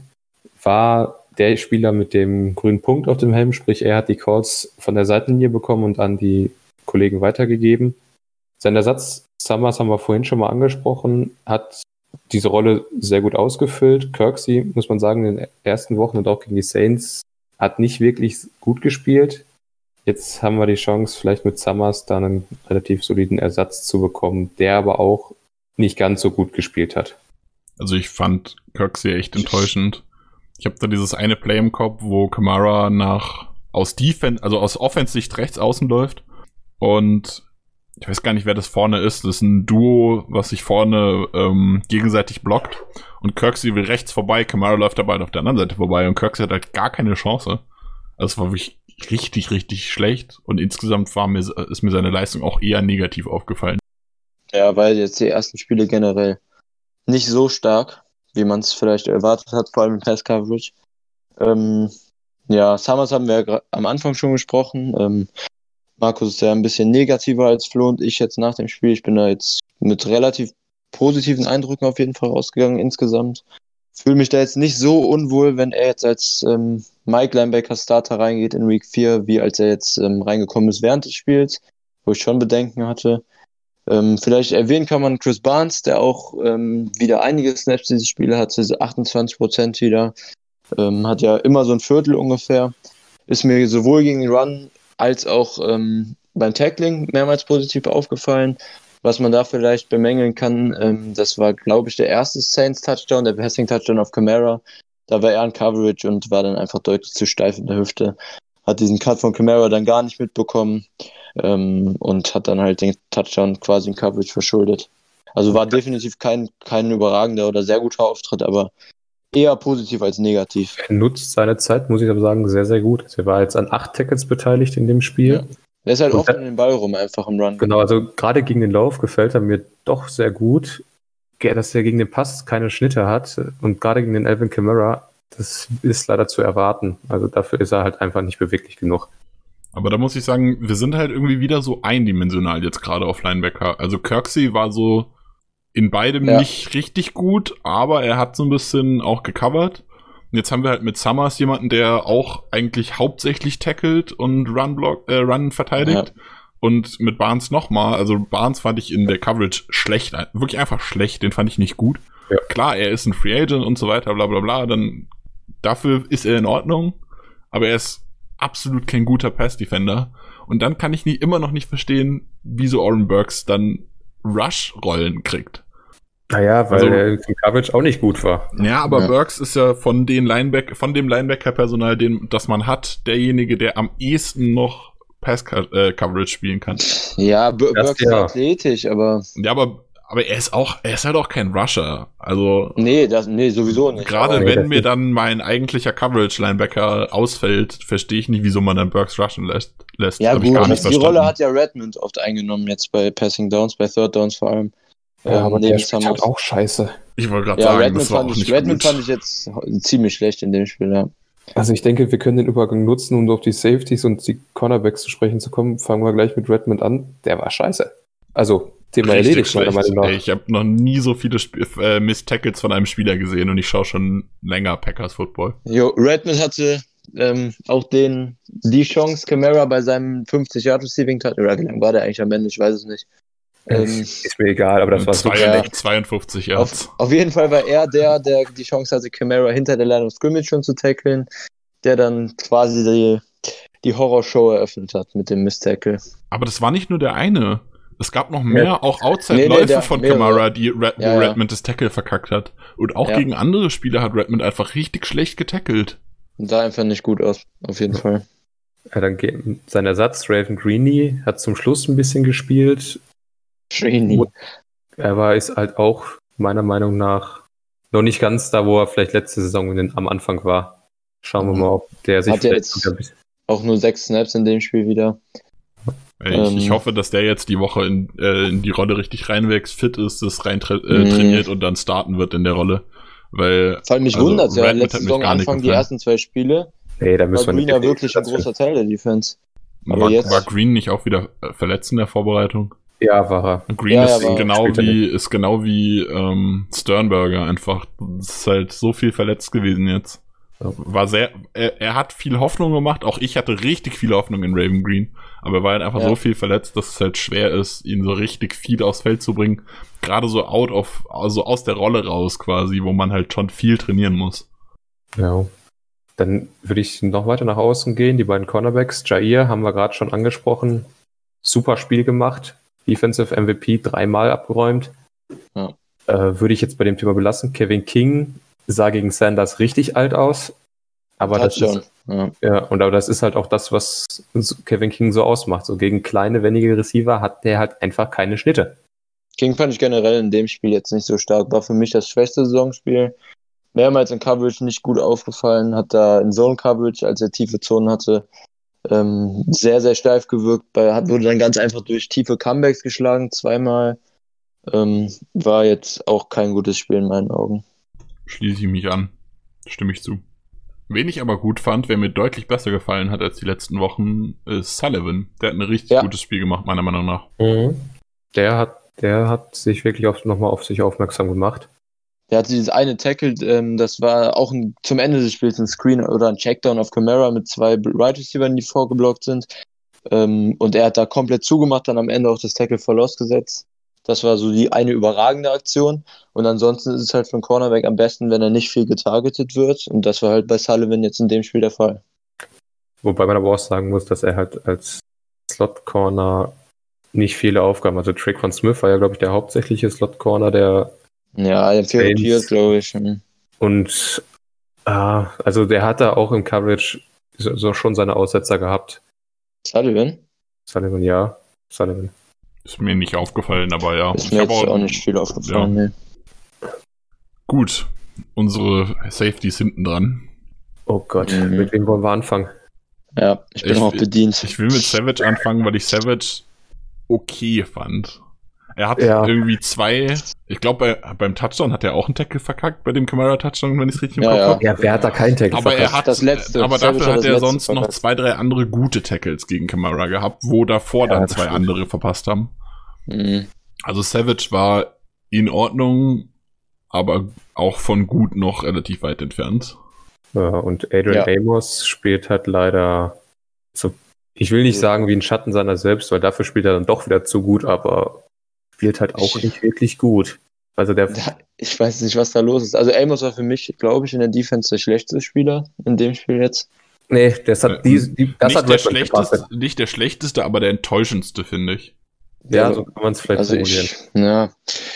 War der Spieler mit dem grünen Punkt auf dem Helm, sprich er hat die Calls von der Seitenlinie bekommen und an die Kollegen weitergegeben. Sein Ersatz, Summers haben wir vorhin schon mal angesprochen, hat diese Rolle sehr gut ausgefüllt. Kirksey, muss man sagen, in den ersten Wochen und auch gegen die Saints hat nicht wirklich gut gespielt. Jetzt haben wir die Chance, vielleicht mit Summers dann einen relativ soliden Ersatz zu bekommen, der aber auch nicht ganz so gut gespielt hat. Also ich fand Kirksey echt enttäuschend. Ich habe da dieses eine Play im Kopf, wo Kamara nach aus Defense, also aus Offense-Sicht rechts außen läuft und ich weiß gar nicht, wer das vorne ist. Das ist ein Duo, was sich vorne ähm, gegenseitig blockt. Und Kirksey will rechts vorbei, Kamara läuft dabei auf der anderen Seite vorbei. Und Kirksey hat halt gar keine Chance. Also es war wirklich richtig, richtig schlecht. Und insgesamt war mir, ist mir seine Leistung auch eher negativ aufgefallen. Ja, weil jetzt die ersten Spiele generell nicht so stark, wie man es vielleicht erwartet hat, vor allem im Pass-Coverage. Ähm, ja, Summers haben wir ja am Anfang schon gesprochen. Ähm, Markus ist ja ein bisschen negativer als Flo und ich jetzt nach dem Spiel. Ich bin da jetzt mit relativ positiven Eindrücken auf jeden Fall rausgegangen insgesamt. Fühle mich da jetzt nicht so unwohl, wenn er jetzt als ähm, Mike Linebacker Starter reingeht in Week vier, wie als er jetzt ähm, reingekommen ist während des Spiels, wo ich schon Bedenken hatte. Ähm, vielleicht erwähnen kann man Chris Barnes, der auch ähm, wieder einige Snaps diese Spiele hatte, achtundzwanzig Prozent wieder. Ähm, hat ja immer so ein Viertel ungefähr. Ist mir sowohl gegen den Run als auch ähm, beim Tackling mehrmals positiv aufgefallen. Was man da vielleicht bemängeln kann, ähm, das war, glaube ich, der erste Saints-Touchdown, der Passing-Touchdown auf Kamara. Da war er in Coverage und war dann einfach deutlich zu steif in der Hüfte. Hat diesen Cut von Kamara dann gar nicht mitbekommen ähm, und hat dann halt den Touchdown quasi in Coverage verschuldet. Also war definitiv kein, kein überragender oder sehr guter Auftritt, aber eher positiv als negativ. Er nutzt seine Zeit, muss ich aber sagen, sehr, sehr gut. Er war jetzt an acht Tackles beteiligt in dem Spiel. Ja. Er ist halt und oft in den Ball rum, einfach im Run. Genau, also gerade gegen den Lauf gefällt er mir doch sehr gut, dass er gegen den Pass keine Schnitte hat und gerade gegen den Alvin Kamara, das ist leider zu erwarten. Also dafür ist er halt einfach nicht beweglich genug. Aber da muss ich sagen, wir sind halt irgendwie wieder so eindimensional jetzt gerade auf Linebacker. Also Kirksey war so in beidem ja. nicht richtig gut, aber er hat so ein bisschen auch gecovert. Und jetzt haben wir halt mit Summers jemanden, der auch eigentlich hauptsächlich tackelt und Run, block, äh, Run verteidigt. Ja. Und mit Barnes nochmal. Also Barnes fand ich in der Coverage schlecht. Wirklich einfach schlecht. Den fand ich nicht gut. Ja. Klar, er ist ein Free Agent und so weiter, bla bla bla. Dann dafür ist er in Ordnung. Aber er ist absolut kein guter Pass-Defender. Und dann kann ich nie, immer noch nicht verstehen, wieso Oren Burks dann Rush-Rollen kriegt. Naja, weil also, er im Coverage auch nicht gut war. Ja, aber ja. Burks ist ja von den Linebacker, von dem Linebacker-Personal, den, das man hat, derjenige, der am ehesten noch Pass-Coverage spielen kann. Ja, B- Burks ist ja athletisch, aber... Ja, aber, aber er ist auch, er ist halt auch kein Rusher. Also... Nee, das, nee, sowieso nicht. Gerade wenn nee, mir dann mein eigentlicher Coverage-Linebacker ausfällt, verstehe ich nicht, wieso man dann Burks rushen lässt. lässt. Ja, das gut, ich gar nicht die verstanden. Rolle hat ja Redmond oft eingenommen, jetzt bei Passing Downs, bei Third Downs vor allem. Ja, aber der spielt halt auch scheiße. Ich wollte gerade ja, sagen, Redmond das war fand auch ich, nicht Redmond gut. fand ich jetzt ziemlich schlecht in dem Spiel, ja. Also ich denke, wir können den Übergang nutzen, um auf die Safeties und die Cornerbacks zu sprechen zu kommen. Fangen wir gleich mit Redmond an. Der war scheiße. Also, Thema erledigt, meiner Meinung nach. Ey, ich habe noch nie so viele Sp- äh, Miss-Tackles von einem Spieler gesehen und ich schaue schon länger Packers-Football. Jo, Redmond hatte ähm, auch den, die Chance, Kamara bei seinem fünfzig-Yard-Receiving hat. Oder wie lange war der eigentlich am Ende? Ich weiß es nicht. Ähm, ist mir egal, aber das war zwei, super. Ja. zweiundfünfzig Yards. Auf, auf jeden Fall war er der, der die Chance hatte, Kamara hinter der Line of Scrimmage schon zu tackeln, der dann quasi die, die Horrorshow eröffnet hat mit dem Miss-Tackle. Aber das war nicht nur der eine. Es gab noch mehr, ja. auch Outside-Läufe nee, nee, von mehrere. Kamara, die Red, ja, wo ja. Redmond das Tackle verkackt hat. Und auch ja. gegen andere Spieler hat Redmond einfach richtig schlecht getackelt. Sah einfach nicht gut aus, auf jeden Fall. Ja, dann geht sein Ersatz, Raven Greeny, hat zum Schluss ein bisschen gespielt. Greeny. Er war ist halt auch meiner Meinung nach noch nicht ganz da, wo er vielleicht letzte Saison in den, am Anfang war. Schauen wir mal, ob der sich Hat er vielleicht jetzt ein bisschen. auch nur sechs Snaps in dem Spiel wieder. Ich, Ähm. ich hoffe, dass der jetzt die Woche in, äh, in die Rolle richtig reinwächst, fit ist, das rein tra- äh, Mhm. trainiert und dann starten wird in der Rolle. Weil, Vor allem mich also, wundert ja, Redmond letzte hat mich Saison gar nicht Anfang die gefallen. ersten zwei Spiele Nee, da war müssen wir Green ja nicht wirklich ein großer Teil der Defense. Aber war, jetzt- war Green nicht auch wieder äh, verletzt in der Vorbereitung? Ja, war er. Green Ja, ist, ja, war- genau spielt er wie, ist genau wie ähm, Sternberger einfach. Es ist halt so viel verletzt gewesen jetzt. Ja. War sehr, er, er hat viel Hoffnung gemacht, auch ich hatte richtig viel Hoffnung in Raven Green, aber er war halt einfach Ja. so viel verletzt, dass es halt schwer ist, ihn so richtig viel aufs Feld zu bringen. Gerade so out of, also aus der Rolle raus quasi, wo man halt schon viel trainieren muss. Ja. Dann würde ich noch weiter nach außen gehen. Die beiden Cornerbacks, Jair, haben wir gerade schon angesprochen. Super Spiel gemacht. Defensive M V P dreimal abgeräumt. Ja. Äh, würde ich jetzt bei dem Thema belassen. Kevin King sah gegen Sanders richtig alt aus. Aber das Touchdown. ist, Ja. ja, und aber das ist halt auch das, was Kevin King so ausmacht. So gegen kleine, wendige Receiver hat der halt einfach keine Schnitte. King fand ich generell in dem Spiel jetzt nicht so stark. War für mich das schwächste Saisonspiel. Mehrmals in Coverage nicht gut aufgefallen. Hat da in Zone Coverage, als er tiefe Zonen hatte, ähm, sehr, sehr steif gewirkt. Bei, hat, wurde dann ganz einfach durch tiefe Comebacks geschlagen, zweimal. Ähm, war jetzt auch kein gutes Spiel in meinen Augen. Schließe ich mich an. Stimme ich zu. Wen ich aber gut fand, wer mir deutlich besser gefallen hat als die letzten Wochen, ist Sullivan. Der hat ein richtig Ja. gutes Spiel gemacht, meiner Meinung nach. Der hat, der hat sich wirklich auf, nochmal auf sich aufmerksam gemacht. Der hatte dieses eine Tackle, ähm, das war auch ein, zum Ende des Spiels ein Screen oder ein Checkdown auf Camara mit zwei Right Receivers, die vorgeblockt sind. Ähm, und er hat da komplett zugemacht, dann am Ende auch das Tackle for Loss gesetzt. Das war so die eine überragende Aktion. Und ansonsten ist es halt für einen Cornerback am besten, wenn er nicht viel getargetet wird. Und das war halt bei Sullivan jetzt in dem Spiel der Fall. Wobei man aber auch sagen muss, dass er halt als Slot-Corner nicht viele Aufgaben, also Traquan Smith war ja, glaube ich, der hauptsächliche Slot-Corner, der Ja, der James. rotiert, glaube ich. Mhm. und ah, also der hat da auch im Coverage so, so schon seine Aussetzer gehabt. Sullivan? Sullivan, ja. Sullivan. Ist mir nicht aufgefallen, aber ja. Ist Ich mir hab jetzt auch nicht viel aufgefallen. Nee. Gut. Unsere Safeties hinten dran. Oh Gott, Mhm. mit wem wollen wir anfangen? Ja, ich bin Ich- auch bedient. Ich will mit Savage anfangen, weil ich Savage okay fand. Er hat Ja. irgendwie zwei, ich glaube, bei, beim Touchdown hat er auch einen Tackle verkackt, bei dem Camara-Touchdown, wenn ich es richtig im Ja, Kopf ja. habe. Ja, wer hat da keinen Tackle Aber er verpasst? hat, Das letzte. aber Savage dafür hat hat das er letzte sonst noch verpasst. zwei, drei andere gute Tackles gegen Camara gehabt, wo davor Ja, dann das zwei stimmt. andere verpasst haben. Mhm. Also Savage war in Ordnung, aber auch von gut noch relativ weit entfernt. Ja, und Adrian Ja. Amos spielt halt leider so, ich will nicht sagen wie ein Schatten seiner selbst, weil dafür spielt er dann doch wieder zu gut, aber spielt halt auch Ich- nicht wirklich gut. Also der, Ja, ich weiß nicht, was da los ist. Also Amos war für mich, glaube ich, in der Defense der schlechteste Spieler in dem Spiel jetzt. nee, das hat, die, die, das nicht, hat der Redmond schlechteste, gepasst. nicht der schlechteste, aber der enttäuschendste, finde ich. Ja, so kann man es vielleicht Also formulieren. ich, ja,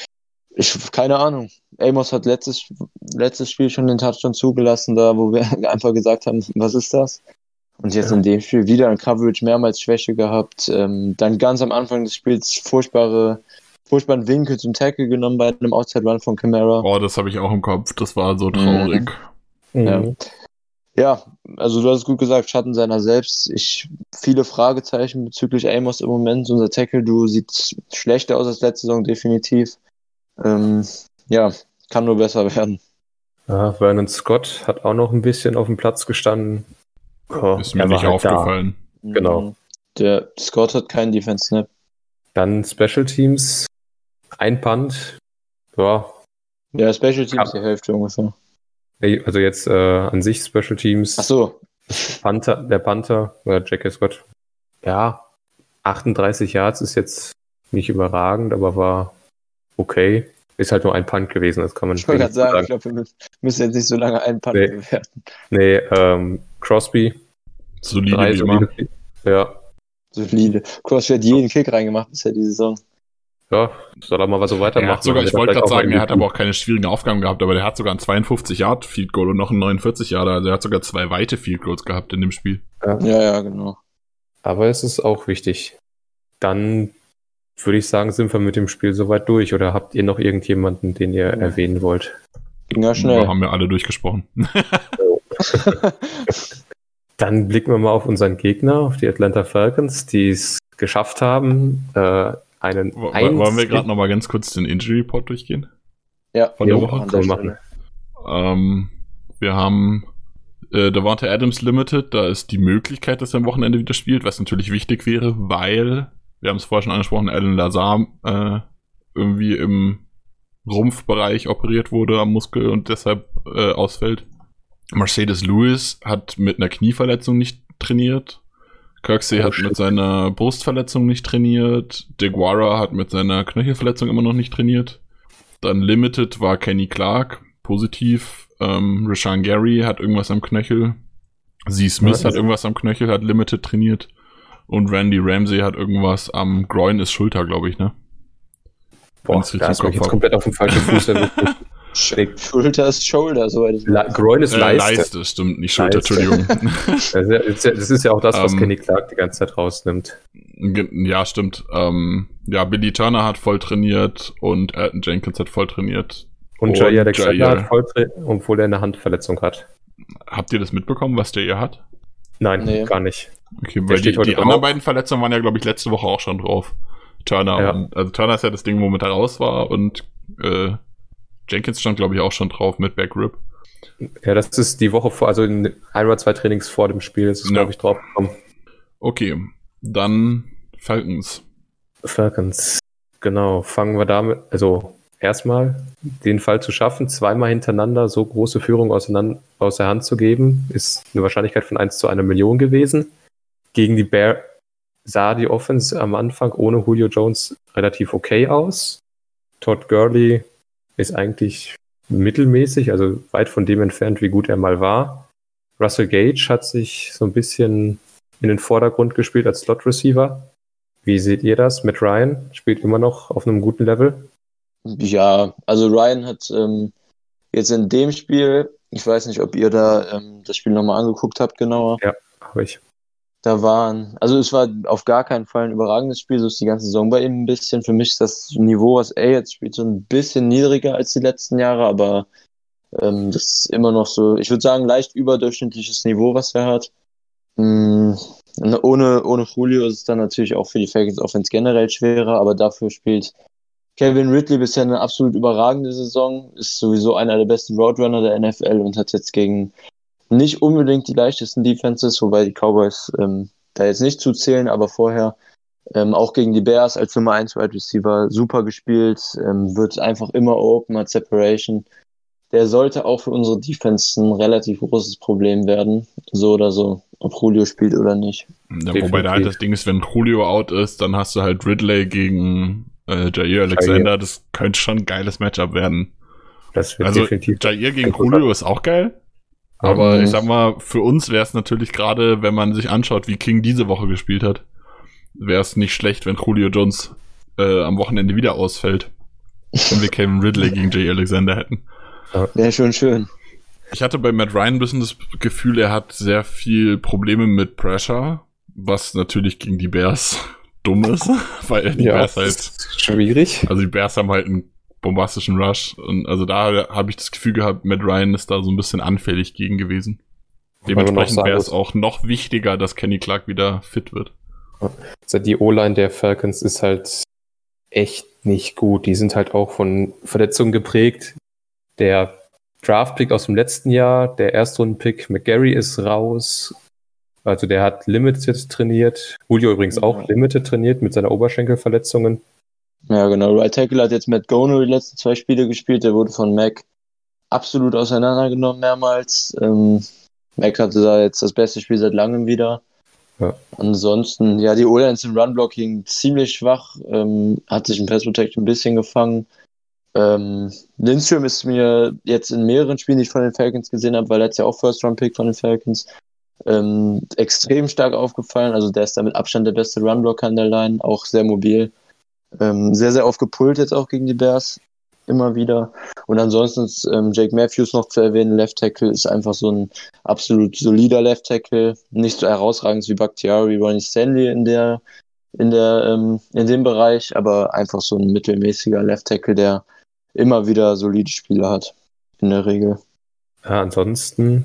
ich, keine Ahnung. Amos hat letztes, letztes Spiel schon den Touchdown zugelassen, da wo wir einfach gesagt haben, was ist das? Und jetzt Ja. in dem Spiel wieder ein Coverage mehrmals Schwäche gehabt. Ähm, dann ganz am Anfang des Spiels furchtbare, furchtbaren Winkel zum Tackle genommen bei einem Outside Run von Camara. Oh, das habe ich auch im Kopf. Das war so traurig. Ja. Mhm. Ja, also du hast es gut gesagt, Schatten seiner selbst. Ich viele Fragezeichen bezüglich Amos im Moment. Unser Tackle-Duo sieht schlechter aus als letzte Saison, definitiv. Ähm, ja, kann nur besser werden. Ja, Vernon Scott hat auch noch ein bisschen auf dem Platz gestanden. Oh, Ist mir er war nicht halt da. aufgefallen. Genau. Mhm. Der Scott hat keinen Defense-Snap. Dann Special Teams, ein Punt. Ja, Ja, Special Teams Ja. die Hälfte ungefähr. nee, also jetzt äh, an sich Special Teams. Ach so. Panther, der Panther, oder J K. Scott. Ja, achtunddreißig Yards ist jetzt nicht überragend, aber war okay. Ist halt nur ein Punt gewesen, das kann man Ich wollte gerade wenig sagen, ich glaube, wir müssen- müssen jetzt nicht so lange einen Punt Nee. bewerten. Nee, ähm, Crosby, Solide drei wie immer. solide. Ja, Solide. Crossfit hat jeden Kick reingemacht bisher die Saison. ja, soll er mal was so weitermachen. Er hat sogar, ich wollte gerade sagen, er hat aber auch keine schwierigen Aufgaben gehabt, aber der hat sogar ein zweiundfünfzig-Yard-Field-Goal und noch ein neunundvierzig-Yarder. Also er hat sogar zwei weite Field-Goals gehabt in dem Spiel. Ja, ja, ja, genau. Aber es ist auch wichtig. Dann würde ich sagen, sind wir mit dem Spiel soweit durch. Oder habt ihr noch irgendjemanden, den ihr ja. erwähnen wollt? Ging ja schnell. Da haben wir alle durchgesprochen. Dann blicken wir mal auf unseren Gegner, auf die Atlanta Falcons, die es geschafft haben, äh, einen w- Wollen wir gerade noch mal ganz kurz den Injury Report durchgehen? Ja, von der jo, Woche. Können wir machen. Ähm, wir haben äh, Davante Adams Limited, da ist die Möglichkeit, dass er am Wochenende wieder spielt, was natürlich wichtig wäre, weil, wir haben es vorher schon angesprochen, Alan Lazar äh, irgendwie im Rumpfbereich operiert wurde am Muskel und deshalb äh, ausfällt. Mercedes Lewis hat mit einer Knieverletzung nicht trainiert. Kirksey Oh, hat shit. mit seiner Brustverletzung nicht trainiert. DeGuara hat mit seiner Knöchelverletzung immer noch nicht trainiert. Dann Limited war Kenny Clark, positiv. Ähm, Rashan Gary hat irgendwas am Knöchel. Z. Smith Ja, hat irgendwas am Knöchel, hat Limited trainiert. Und Randy Ramsey hat irgendwas am Groin, ist Schulter, glaube ich, ne? Boah, Wenn's richtig da hast du im mich Kopf jetzt hab. komplett auf dem falschen Fuß erwischt. Schulter ist Shoulder, soweit ich La- weiß. Groin ist Äh, Leiste. Leiste, stimmt, nicht Schulter, Leiste. Entschuldigung. Das ist, ja, das ist ja- das ist ja auch das, was Ähm, Kenny Clark die ganze Zeit rausnimmt. Ge- Ja, stimmt. Ähm, ja, Billy Turner hat voll trainiert und Elton Jenkins hat voll trainiert. Und Jair Alexander Jair. hat voll drin, obwohl er eine Handverletzung hat. Habt ihr das mitbekommen, was der ihr hat? Nein, Nee. gar nicht. Okay, Der weil die, steht heute die anderen drauf. beiden Verletzungen waren ja, glaube ich, letzte Woche auch schon drauf. Turner. Ja. Und, also Turner ist ja das Ding, womit er raus war und äh, Jenkins stand, glaube ich, auch schon drauf mit Backrib. Ja, das ist die Woche vor, also in ein oder zwei Trainings vor dem Spiel, ist es, Ja. glaube ich, drauf gekommen. Okay, dann Falcons. Falcons. Genau, fangen wir damit, also erstmal den Fall zu schaffen, zweimal hintereinander so große Führung auseinander, aus der Hand zu geben, ist eine Wahrscheinlichkeit von eins zu einer Million gewesen. Gegen die Bear sah die Offense am Anfang ohne Julio Jones relativ okay aus. Todd Gurley ist eigentlich mittelmäßig, also weit von dem entfernt, wie gut er mal war. Russell Gage hat sich so ein bisschen in den Vordergrund gespielt als Slot-Receiver. Wie seht ihr das? Matt Ryan spielt immer noch auf einem guten Level. Ja, also Ryan hat ähm, jetzt in dem Spiel, ich weiß nicht, ob ihr da ähm, das Spiel nochmal angeguckt habt, genauer. Aber ich, Da waren, also es war auf gar keinen Fall ein überragendes Spiel, so ist die ganze Saison bei ihm ein bisschen. Für mich ist das Niveau, was er jetzt spielt, so ein bisschen niedriger als die letzten Jahre, aber ähm, das ist immer noch so, ich würde sagen, leicht überdurchschnittliches Niveau, was er hat. Mm, ohne, ohne Julio ist es dann natürlich auch für die Falcons Offense generell schwerer, aber dafür spielt Calvin Ridley bisher eine absolut überragende Saison, ist sowieso einer der besten Roadrunner der N F L und hat jetzt gegen nicht unbedingt die leichtesten Defenses, wobei die Cowboys ähm, da jetzt nicht zuzählen, aber vorher ähm, auch gegen die Bears als Nummer eins Wide Receiver super gespielt, ähm, wird einfach immer open, hat Separation. Der sollte auch für unsere Defense ein relativ großes Problem werden, so oder so, ob Julio spielt oder nicht. Ja, wobei da halt das Ding ist, wenn Julio out ist, dann hast du halt Ridley gegen äh, Jair Alexander. Das könnte schon ein geiles Matchup werden. das wird Also definitiv. Jair gegen Julio ist auch geil. Aber Mhm. ich sag mal, für uns wäre es natürlich gerade, wenn man sich anschaut, wie King diese Woche gespielt hat, wäre es nicht schlecht, wenn Julio Jones äh, am Wochenende wieder ausfällt. Und wir Kevin Ridley gegen Jair Alexander hätten. Wäre schon schön. Ich hatte bei Matt Ryan ein bisschen das Gefühl, er hat sehr viel Probleme mit Pressure, was natürlich gegen die Bears dumm ist, weil die Ja, Bears halt, ist schwierig. also die Bears haben halt einen bombastischen Rush und also da habe ich das Gefühl gehabt, Matt Ryan ist da so ein bisschen anfällig gegen gewesen. Weil man noch Dementsprechend sagen wäre es muss- auch noch wichtiger, dass Kenny Clark wieder fit wird. Also die O-Line der Falcons ist halt echt nicht gut. Die sind halt auch von Verletzungen geprägt. Der Draft-Pick aus dem letzten Jahr, der Erstrunden-Pick McGarry ist raus. Also der hat Limited trainiert. Julio übrigens Ja. auch Limited trainiert mit seiner Oberschenkelverletzungen. Ja, genau. Right Tackle hat jetzt Matt Gono die letzten zwei Spiele gespielt. Der wurde von Mac absolut auseinandergenommen mehrmals. Ähm, Mac hatte da jetzt das beste Spiel seit langem wieder. Ja. Ansonsten, ja, die O-Line im Run-Blocking ziemlich schwach. Ähm, hat sich im Pass Protection ein bisschen gefangen. Ähm, Lindström ist mir jetzt in mehreren Spielen, die ich von den Falcons gesehen habe, weil er jetzt ja auch First-Round-Pick von den Falcons, ähm, extrem stark aufgefallen. Also der ist da mit Abstand der beste Run-Blocker an der Line, auch sehr mobil. Ähm, sehr, sehr oft gepullt jetzt auch gegen die Bears. Immer wieder. Und ansonsten ist ähm, Jake Matthews noch zu erwähnen. Left Tackle ist einfach so ein absolut solider Left Tackle. Nicht so herausragend wie Bakhtiari, Ronnie Stanley in der, in der, ähm, in dem Bereich, aber einfach so ein mittelmäßiger Left Tackle, der immer wieder solide Spiele hat. In der Regel. Ja, ansonsten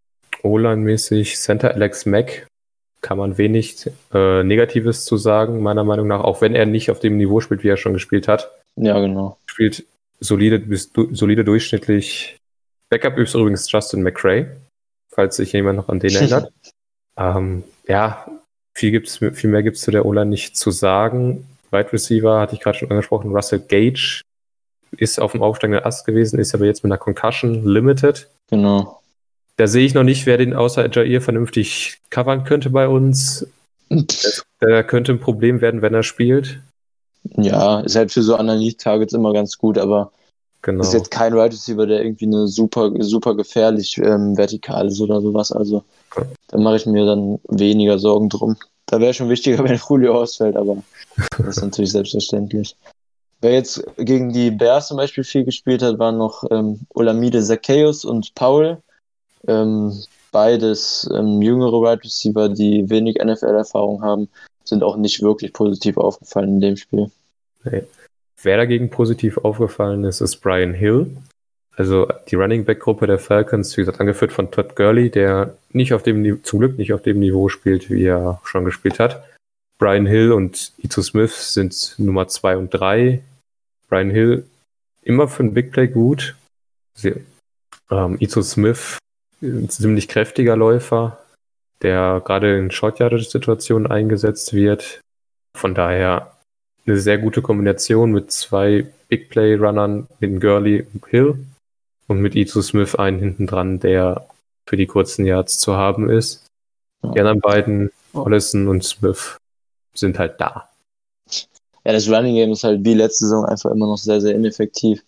O-Line-mäßig Center Alex Mack kann man wenig äh, Negatives zu sagen, meiner Meinung nach, auch wenn er nicht auf dem Niveau spielt, wie er schon gespielt hat. Ja, genau. Spielt solide bis du, solide durchschnittlich. Backup ist übrigens Justin McCray, falls sich jemand noch an den erinnert. ähm, ja, viel, gibt's, viel mehr gibt es zu der O-Line nicht zu sagen. Wide Receiver hatte ich gerade schon angesprochen. Russell Gage ist auf dem aufsteigenden Ast gewesen, ist aber jetzt mit einer Concussion limited. Genau. Da sehe ich noch nicht, wer den außer Jair vernünftig covern könnte bei uns. Das, der könnte ein Problem werden, wenn er spielt. Ja, ist halt für so Underneath-Targets immer ganz gut, aber Genau. ist jetzt kein Wide Receiver, der irgendwie eine super, super gefährlich ähm, vertikal ist oder sowas. Also Okay. da mache ich mir dann weniger Sorgen drum. Da wäre schon wichtiger, wenn Julio ausfällt, aber das ist natürlich selbstverständlich. Wer jetzt gegen die Bears zum Beispiel viel gespielt hat, waren noch ähm, Olamide Zaccheaus und Paul. Ähm, beides ähm, jüngere Wide Receiver, die wenig N F L-Erfahrung haben, sind auch nicht wirklich positiv aufgefallen in dem Spiel. Nee. Wer dagegen positiv aufgefallen ist, ist Brian Hill. Also die Running Back Gruppe der Falcons, wie gesagt, angeführt von Todd Gurley, der nicht auf dem Niveau, zum Glück nicht auf dem Niveau spielt, wie er schon gespielt hat. Brian Hill und Ito Smith sind Nummer zwei und drei. Brian Hill immer für ein Big Play gut. Sie, ähm, Ito Smith, ein ziemlich kräftiger Läufer, der gerade in Short-Yardage-Situationen eingesetzt wird. Von daher eine sehr gute Kombination mit zwei Big Play-Runnern, mit Gurley und Hill und mit Ito Smith einen hinten dran, der für die kurzen Yards zu haben ist. Die anderen beiden, Ollison und Smith, sind halt da. Ja, das Running Game ist halt wie letzte Saison einfach immer noch sehr, sehr ineffektiv.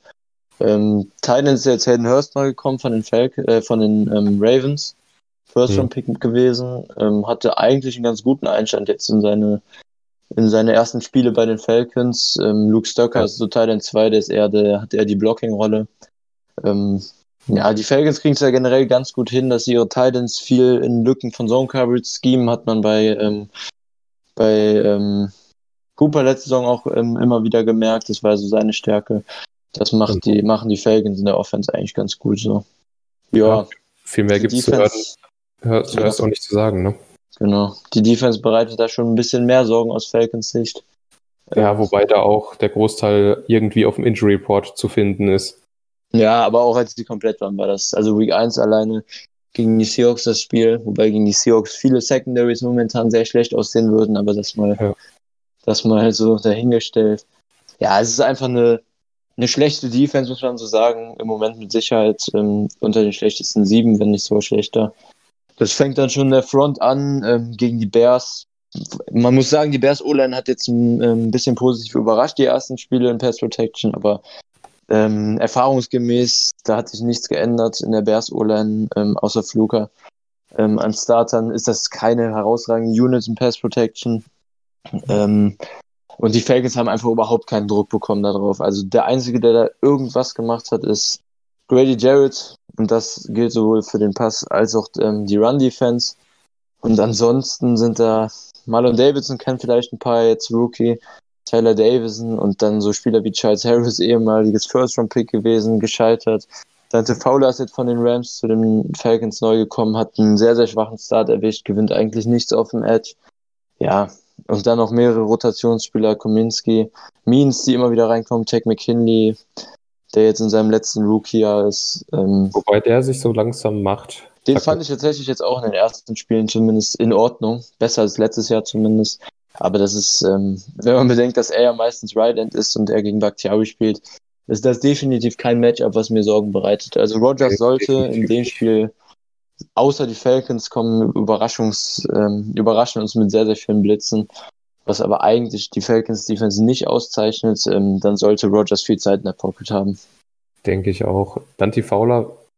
Ähm, Titan ist jetzt Hayden Hurst neu gekommen von den, Falc- äh, von den ähm, Ravens. First-Round-Pick mhm. gewesen. Ähm, hatte eigentlich einen ganz guten Einstand jetzt in seine, in seine ersten Spiele bei den Falcons. Ähm, Luke Stocker ja. ist so Titan zwei, der ist eher der, hat eher die Blocking-Rolle. Ähm, ja, die Falcons kriegen es ja generell ganz gut hin, dass sie ihre Titans viel in Lücken von Zone-Coverage schemen, hat man bei, ähm, bei ähm, Cooper letzte Saison auch ähm, immer wieder gemerkt. Das war so seine Stärke. Das macht die, machen die Falcons in der Offense eigentlich ganz gut so. Ja. ja viel mehr gibt es zu hören. Hörst du ja. auch nicht zu sagen, ne? Genau. Die Defense bereitet da schon ein bisschen mehr Sorgen aus Falcons Sicht. Ja, ähm, wobei da auch der Großteil irgendwie auf dem Injury Report zu finden ist. Ja, aber auch als die komplett waren, war das. Also Week eins alleine gegen die Seahawks das Spiel, wobei gegen die Seahawks viele Secondaries momentan sehr schlecht aussehen würden, aber das mal, ja. das mal so dahingestellt. Ja, es ist einfach eine, eine schlechte Defense, muss man so sagen. Im Moment mit Sicherheit ähm, unter den schlechtesten sieben, wenn nicht so schlechter. Das fängt dann schon in der Front an ähm, gegen die Bears. Man muss sagen, die Bears O-Line hat jetzt ein, ein bisschen positiv überrascht, die ersten Spiele in Pass Protection, aber ähm, erfahrungsgemäß, da hat sich nichts geändert in der Bears O-Line, ähm, außer Fluker. Ähm, an Startern ist das keine herausragende Unit in Pass Protection. Ähm, und die Falcons haben einfach überhaupt keinen Druck bekommen darauf. Also der Einzige, der da irgendwas gemacht hat, ist Grady Jarrett. Und das gilt sowohl für den Pass als auch ähm, die Run-Defense. Und ansonsten sind da Marlon Davidson, kennt vielleicht ein paar jetzt Rookie, Tyler Davison und dann so Spieler wie Charles Harris, ehemaliges First-Round-Pick gewesen, gescheitert. Dante Fowler ist jetzt von den Rams zu den Falcons neu gekommen, hat einen sehr, sehr schwachen Start erwischt, gewinnt eigentlich nichts auf dem Edge. Ja, und dann noch mehrere Rotationsspieler, Kominski, Means, die immer wieder reinkommen, Tech McKinley, der jetzt in seinem letzten Rookie-Jahr ist. Ähm, Wobei der sich so langsam macht. Den fand ich tatsächlich jetzt auch in den ersten Spielen zumindest in Ordnung. Besser als letztes Jahr zumindest. Aber das ist, ähm, wenn man bedenkt, dass er ja meistens Right End ist und er gegen Bakhtiari spielt, ist das definitiv kein Matchup, was mir Sorgen bereitet. Also Rodgers sollte in dem Spiel, außer die Falcons kommen, Überraschungs, ähm, überraschen uns mit sehr, sehr vielen Blitzen. Was aber eigentlich die Falcons Defense nicht auszeichnet, ähm, dann sollte Rodgers viel Zeit in der Pocket haben. Denke ich auch. Dante Fowler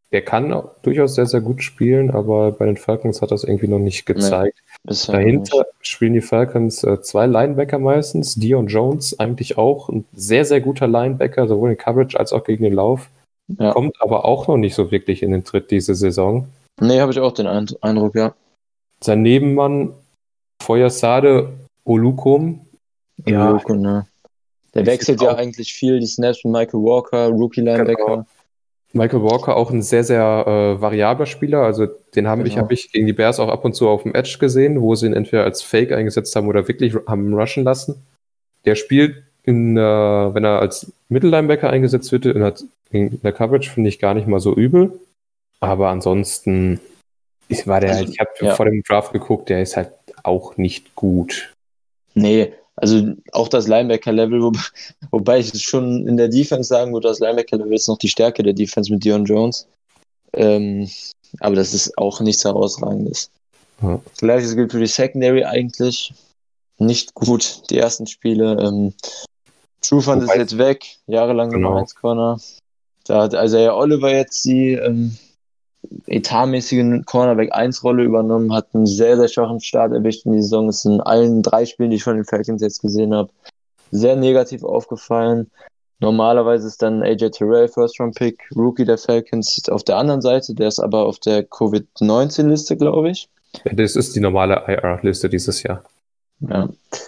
der kann auch durchaus sehr, sehr gut spielen, aber bei den Falcons hat das irgendwie noch nicht gezeigt. Nee, bisher Dahinter nicht. spielen die Falcons äh, zwei Linebacker meistens. Dion Jones eigentlich auch ein sehr, sehr guter Linebacker, sowohl in Coverage als auch gegen den Lauf. Ja. Kommt aber auch noch nicht so wirklich in den Tritt diese Saison. Nee, habe ich auch den Eindruck, Eindruck, ja. Sein Nebenmann Foyesade Olukom. Ja, Oluoko, ne. Der Ich wechselt find ja auch- eigentlich viel, die Snaps mit Michael Walker, Rookie-Linebacker. Genau. Michael Walker auch ein sehr, sehr äh, variabler Spieler. Also den habe ich, Genau. hab ich gegen die Bears auch ab und zu auf dem Edge gesehen, wo sie ihn entweder als Fake eingesetzt haben oder wirklich haben rushen lassen. Der spielt, in, äh, wenn er als Mittellinebacker eingesetzt wird, in der, in der Coverage finde ich gar nicht mal so übel. Aber ansonsten ich war der Also, halt, ich habe ja. vor dem Draft geguckt, der ist halt auch nicht gut. Nee, also auch das Linebacker-Level, wo, wobei ich schon in der Defense sagen würde, das Linebacker-Level ist noch die Stärke der Defense mit Dion Jones. Ähm, aber das ist auch nichts Herausragendes. Ja. Gleiches gilt für die Secondary eigentlich. Nicht gut, die ersten Spiele. Ähm, Trufant ist Wobei- jetzt weg, jahrelang Genau. Nummer eins Corner. Da hat also ja Oliver jetzt die ähm, etatmäßige Cornerback eins Rolle übernommen, hat einen sehr, sehr schwachen Start erwischt in die Saison. Ist in allen drei Spielen, die ich von den Falcons jetzt gesehen habe, sehr negativ aufgefallen. Normalerweise ist dann A J Terrell, First-Round-Pick, Rookie der Falcons auf der anderen Seite. Der ist aber auf der Covid neunzehn Liste, glaube ich. Ja, das ist die normale I R-Liste dieses Jahr. Ja,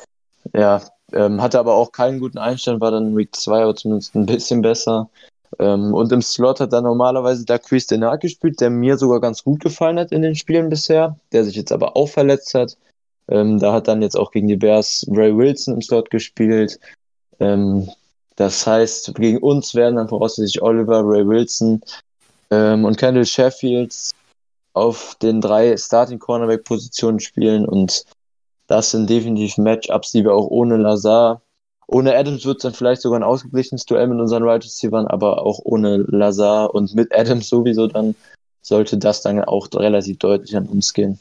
ja ähm, hatte aber auch keinen guten Einstand, war dann in Week zwei, aber zumindest ein bisschen besser. Ähm, und im Slot hat dann normalerweise da Chris Denard gespielt, der mir sogar ganz gut gefallen hat in den Spielen bisher, der sich jetzt aber auch verletzt hat. Ähm, da hat dann jetzt auch gegen die Bears Ray Wilson im Slot gespielt. Ähm, das heißt, gegen uns werden dann voraussichtlich Oliver, Ray Wilson ähm, und Kendall Sheffield auf den drei Starting-Cornerback-Positionen spielen und das sind definitiv Matchups, die wir auch ohne Lazar, ohne Adams wird es dann vielleicht sogar ein ausgeglichenes Duell mit unseren Right Receivers, aber auch ohne Lazar und mit Adams sowieso dann sollte das dann auch relativ deutlich an uns gehen.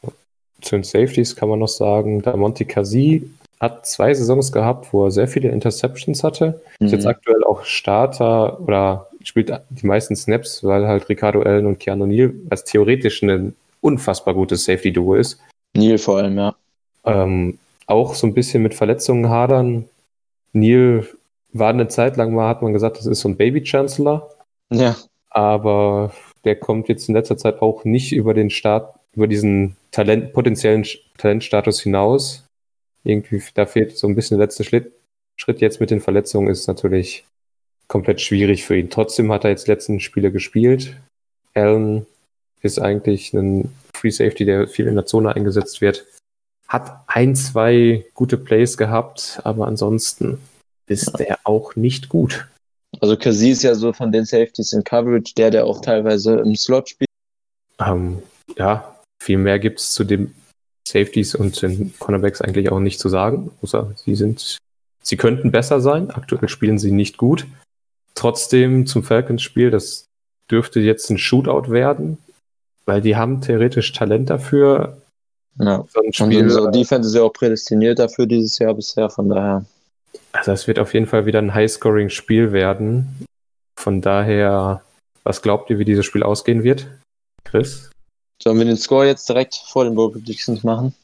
Zu den Safeties kann man noch sagen, da Monty Kazi hat zwei Saisons gehabt, wo er sehr viele Interceptions hatte. Mhm. Ist jetzt aktuell auch Starter oder spielt die meisten Snaps, weil halt Ricardo Allen und Keanu Neal als theoretisch ein unfassbar gutes Safety-Duo ist. Neil vor allem, ja. Ähm, auch so ein bisschen mit Verletzungen hadern. Neal war eine Zeit lang mal, hat man gesagt, das ist so ein Baby-Chancellor, Ja, aber der kommt jetzt in letzter Zeit auch nicht über den Start, über diesen Talent, potenziellen Talentstatus hinaus. Irgendwie, da fehlt so ein bisschen der letzte Schritt. Schritt jetzt mit den Verletzungen ist natürlich komplett schwierig für ihn. Trotzdem hat er jetzt die letzten Spiele gespielt. Allen ist eigentlich ein Free Safety, der viel in der Zone eingesetzt wird. Hat ein, zwei gute Plays gehabt, aber ansonsten ist der auch nicht gut. also Kazi ist ja so von den Safeties in Coverage, der, der auch teilweise im Slot spielt. Ähm, ja, viel mehr gibt es zu den Safeties und den Cornerbacks eigentlich auch nicht zu sagen, außer sie sind, sie könnten besser sein. Aktuell spielen sie nicht gut. Trotzdem zum Falcons-Spiel, das dürfte jetzt ein Shootout werden, weil die haben theoretisch Talent dafür. Ja. So ein Und Spiel, unsere Defense ist ja auch prädestiniert dafür dieses Jahr bisher, von daher. also es wird auf jeden Fall wieder ein High-Scoring-Spiel werden. Von daher, was glaubt ihr, wie dieses Spiel ausgehen wird? Chris? Sollen wir den Score jetzt direkt vor den Bowl Predictions machen?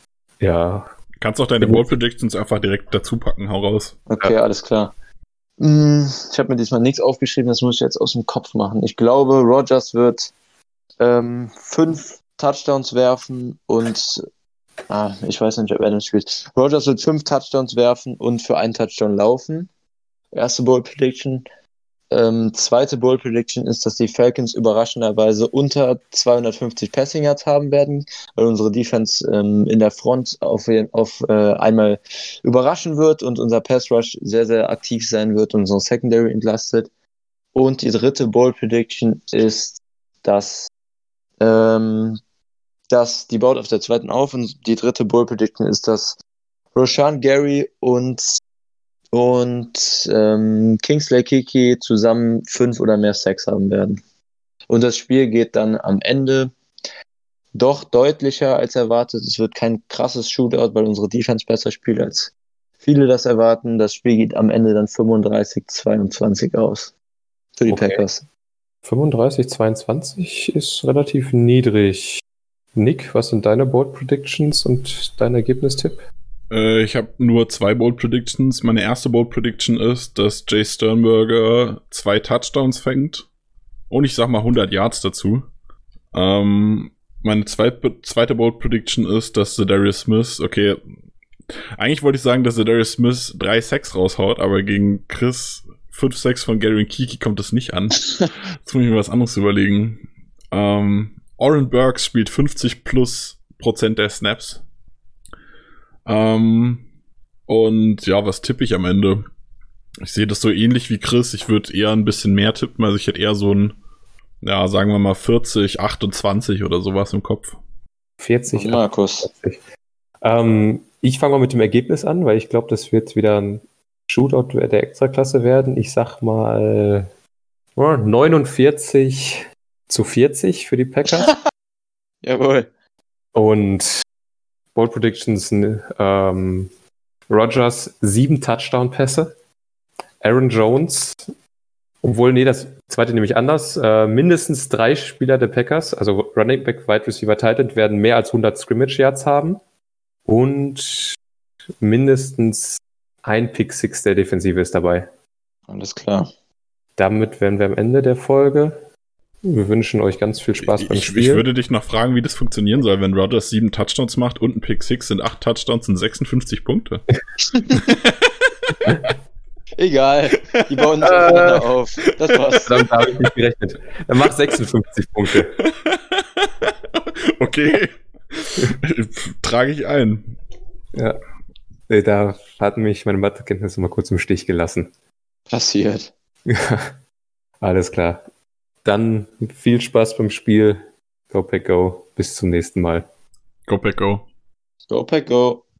Ja, Kannst auch deine Bold Predictions einfach direkt dazu packen, hau raus. Okay, Ja. alles klar. Mm, Ich habe mir diesmal nichts aufgeschrieben, das muss ich jetzt aus dem Kopf machen. Ich glaube, Rodgers wird ähm, fünf Touchdowns werfen und ah, ich weiß nicht, ob Adams spielt. Rodgers wird fünf Touchdowns werfen und für einen Touchdown laufen. Erste Bold Prediction. Ähm, zweite Bold Prediction ist, dass die Falcons überraschenderweise unter zweihundertfünfzig Passing Yards haben werden, weil unsere Defense ähm, in der Front auf, auf äh, einmal überraschen wird und unser Pass Rush sehr, sehr aktiv sein wird und unsere Secondary entlastet. Und die dritte Bold Prediction ist, dass, ähm, dass die baut auf der zweiten auf und die dritte Bold Prediction ist, dass Rashan Gary und und ähm, Kingsley Kiki zusammen fünf oder mehr Sacks haben werden. Und das Spiel geht dann am Ende doch deutlicher als erwartet. Es wird kein krasses Shootout, weil unsere Defense besser spielt, als viele das erwarten. Das Spiel geht am Ende dann fünfunddreißig zweiundzwanzig aus für die Okay. Packers. fünfunddreißig zweiundzwanzig ist relativ niedrig. Nick, was sind deine Bold Predictions und dein Ergebnistipp? Äh, ich habe nur zwei Bold Predictions. Meine erste Bold Prediction ist, dass Jay Sternberger zwei Touchdowns fängt. Und ich sag mal hundert Yards dazu. Ähm, meine zweite, zweite Bold Prediction ist, dass Za'Darius Smith, okay, eigentlich wollte ich sagen, dass Za'Darius Smith drei Sacks raushaut, aber gegen Chris fünf Sacks von Gary und Kiki kommt das nicht an. Jetzt muss ich mir was anderes überlegen. Ähm, Oren Burks spielt fünfzig plus Prozent der Snaps. Ähm, und ja, was tippe ich am Ende? Ich sehe das so ähnlich wie Chris. Ich würde eher ein bisschen mehr tippen. Also ich hätte eher so ein, ja, sagen wir mal vierzig, achtundzwanzig oder sowas im Kopf. vierzig, Markus. achtundzwanzig. Ähm, ich fange mal mit dem Ergebnis an, weil ich glaube, das wird wieder ein Shootout der Extraklasse werden. Ich sag mal oh, neunundvierzig zu vierzig für die Packers. Jawohl. Und Bold Predictions, ähm, Rodgers sieben Touchdown-Pässe. Aaron Jones, obwohl, nee, das zweite nämlich anders. Äh, mindestens drei Spieler der Packers, also Running Back, Wide Receiver, Tight End, werden mehr als hundert Scrimmage Yards haben. Und mindestens ein Pick Six der Defensive ist dabei. Alles klar. Damit wären wir am Ende der Folge. Wir wünschen euch ganz viel Spaß beim ich, Spiel. Ich würde dich noch fragen, wie das funktionieren soll, wenn Rodgers sieben Touchdowns macht und ein Pick Six, sind acht Touchdowns und sechsundfünfzig Punkte. Egal, die bauen sich aufeinander auf. Das passt. Damit habe ich nicht gerechnet. Er macht sechsundfünfzig Punkte. Okay. Trage ich ein. Ja. Da hat mich meine Mathekenntnisse mal kurz im Stich gelassen. Passiert. Alles klar. Dann viel Spaß beim Spiel. Go Pack Go. Bis zum nächsten Mal. Go Pack Go. Go Pack Go.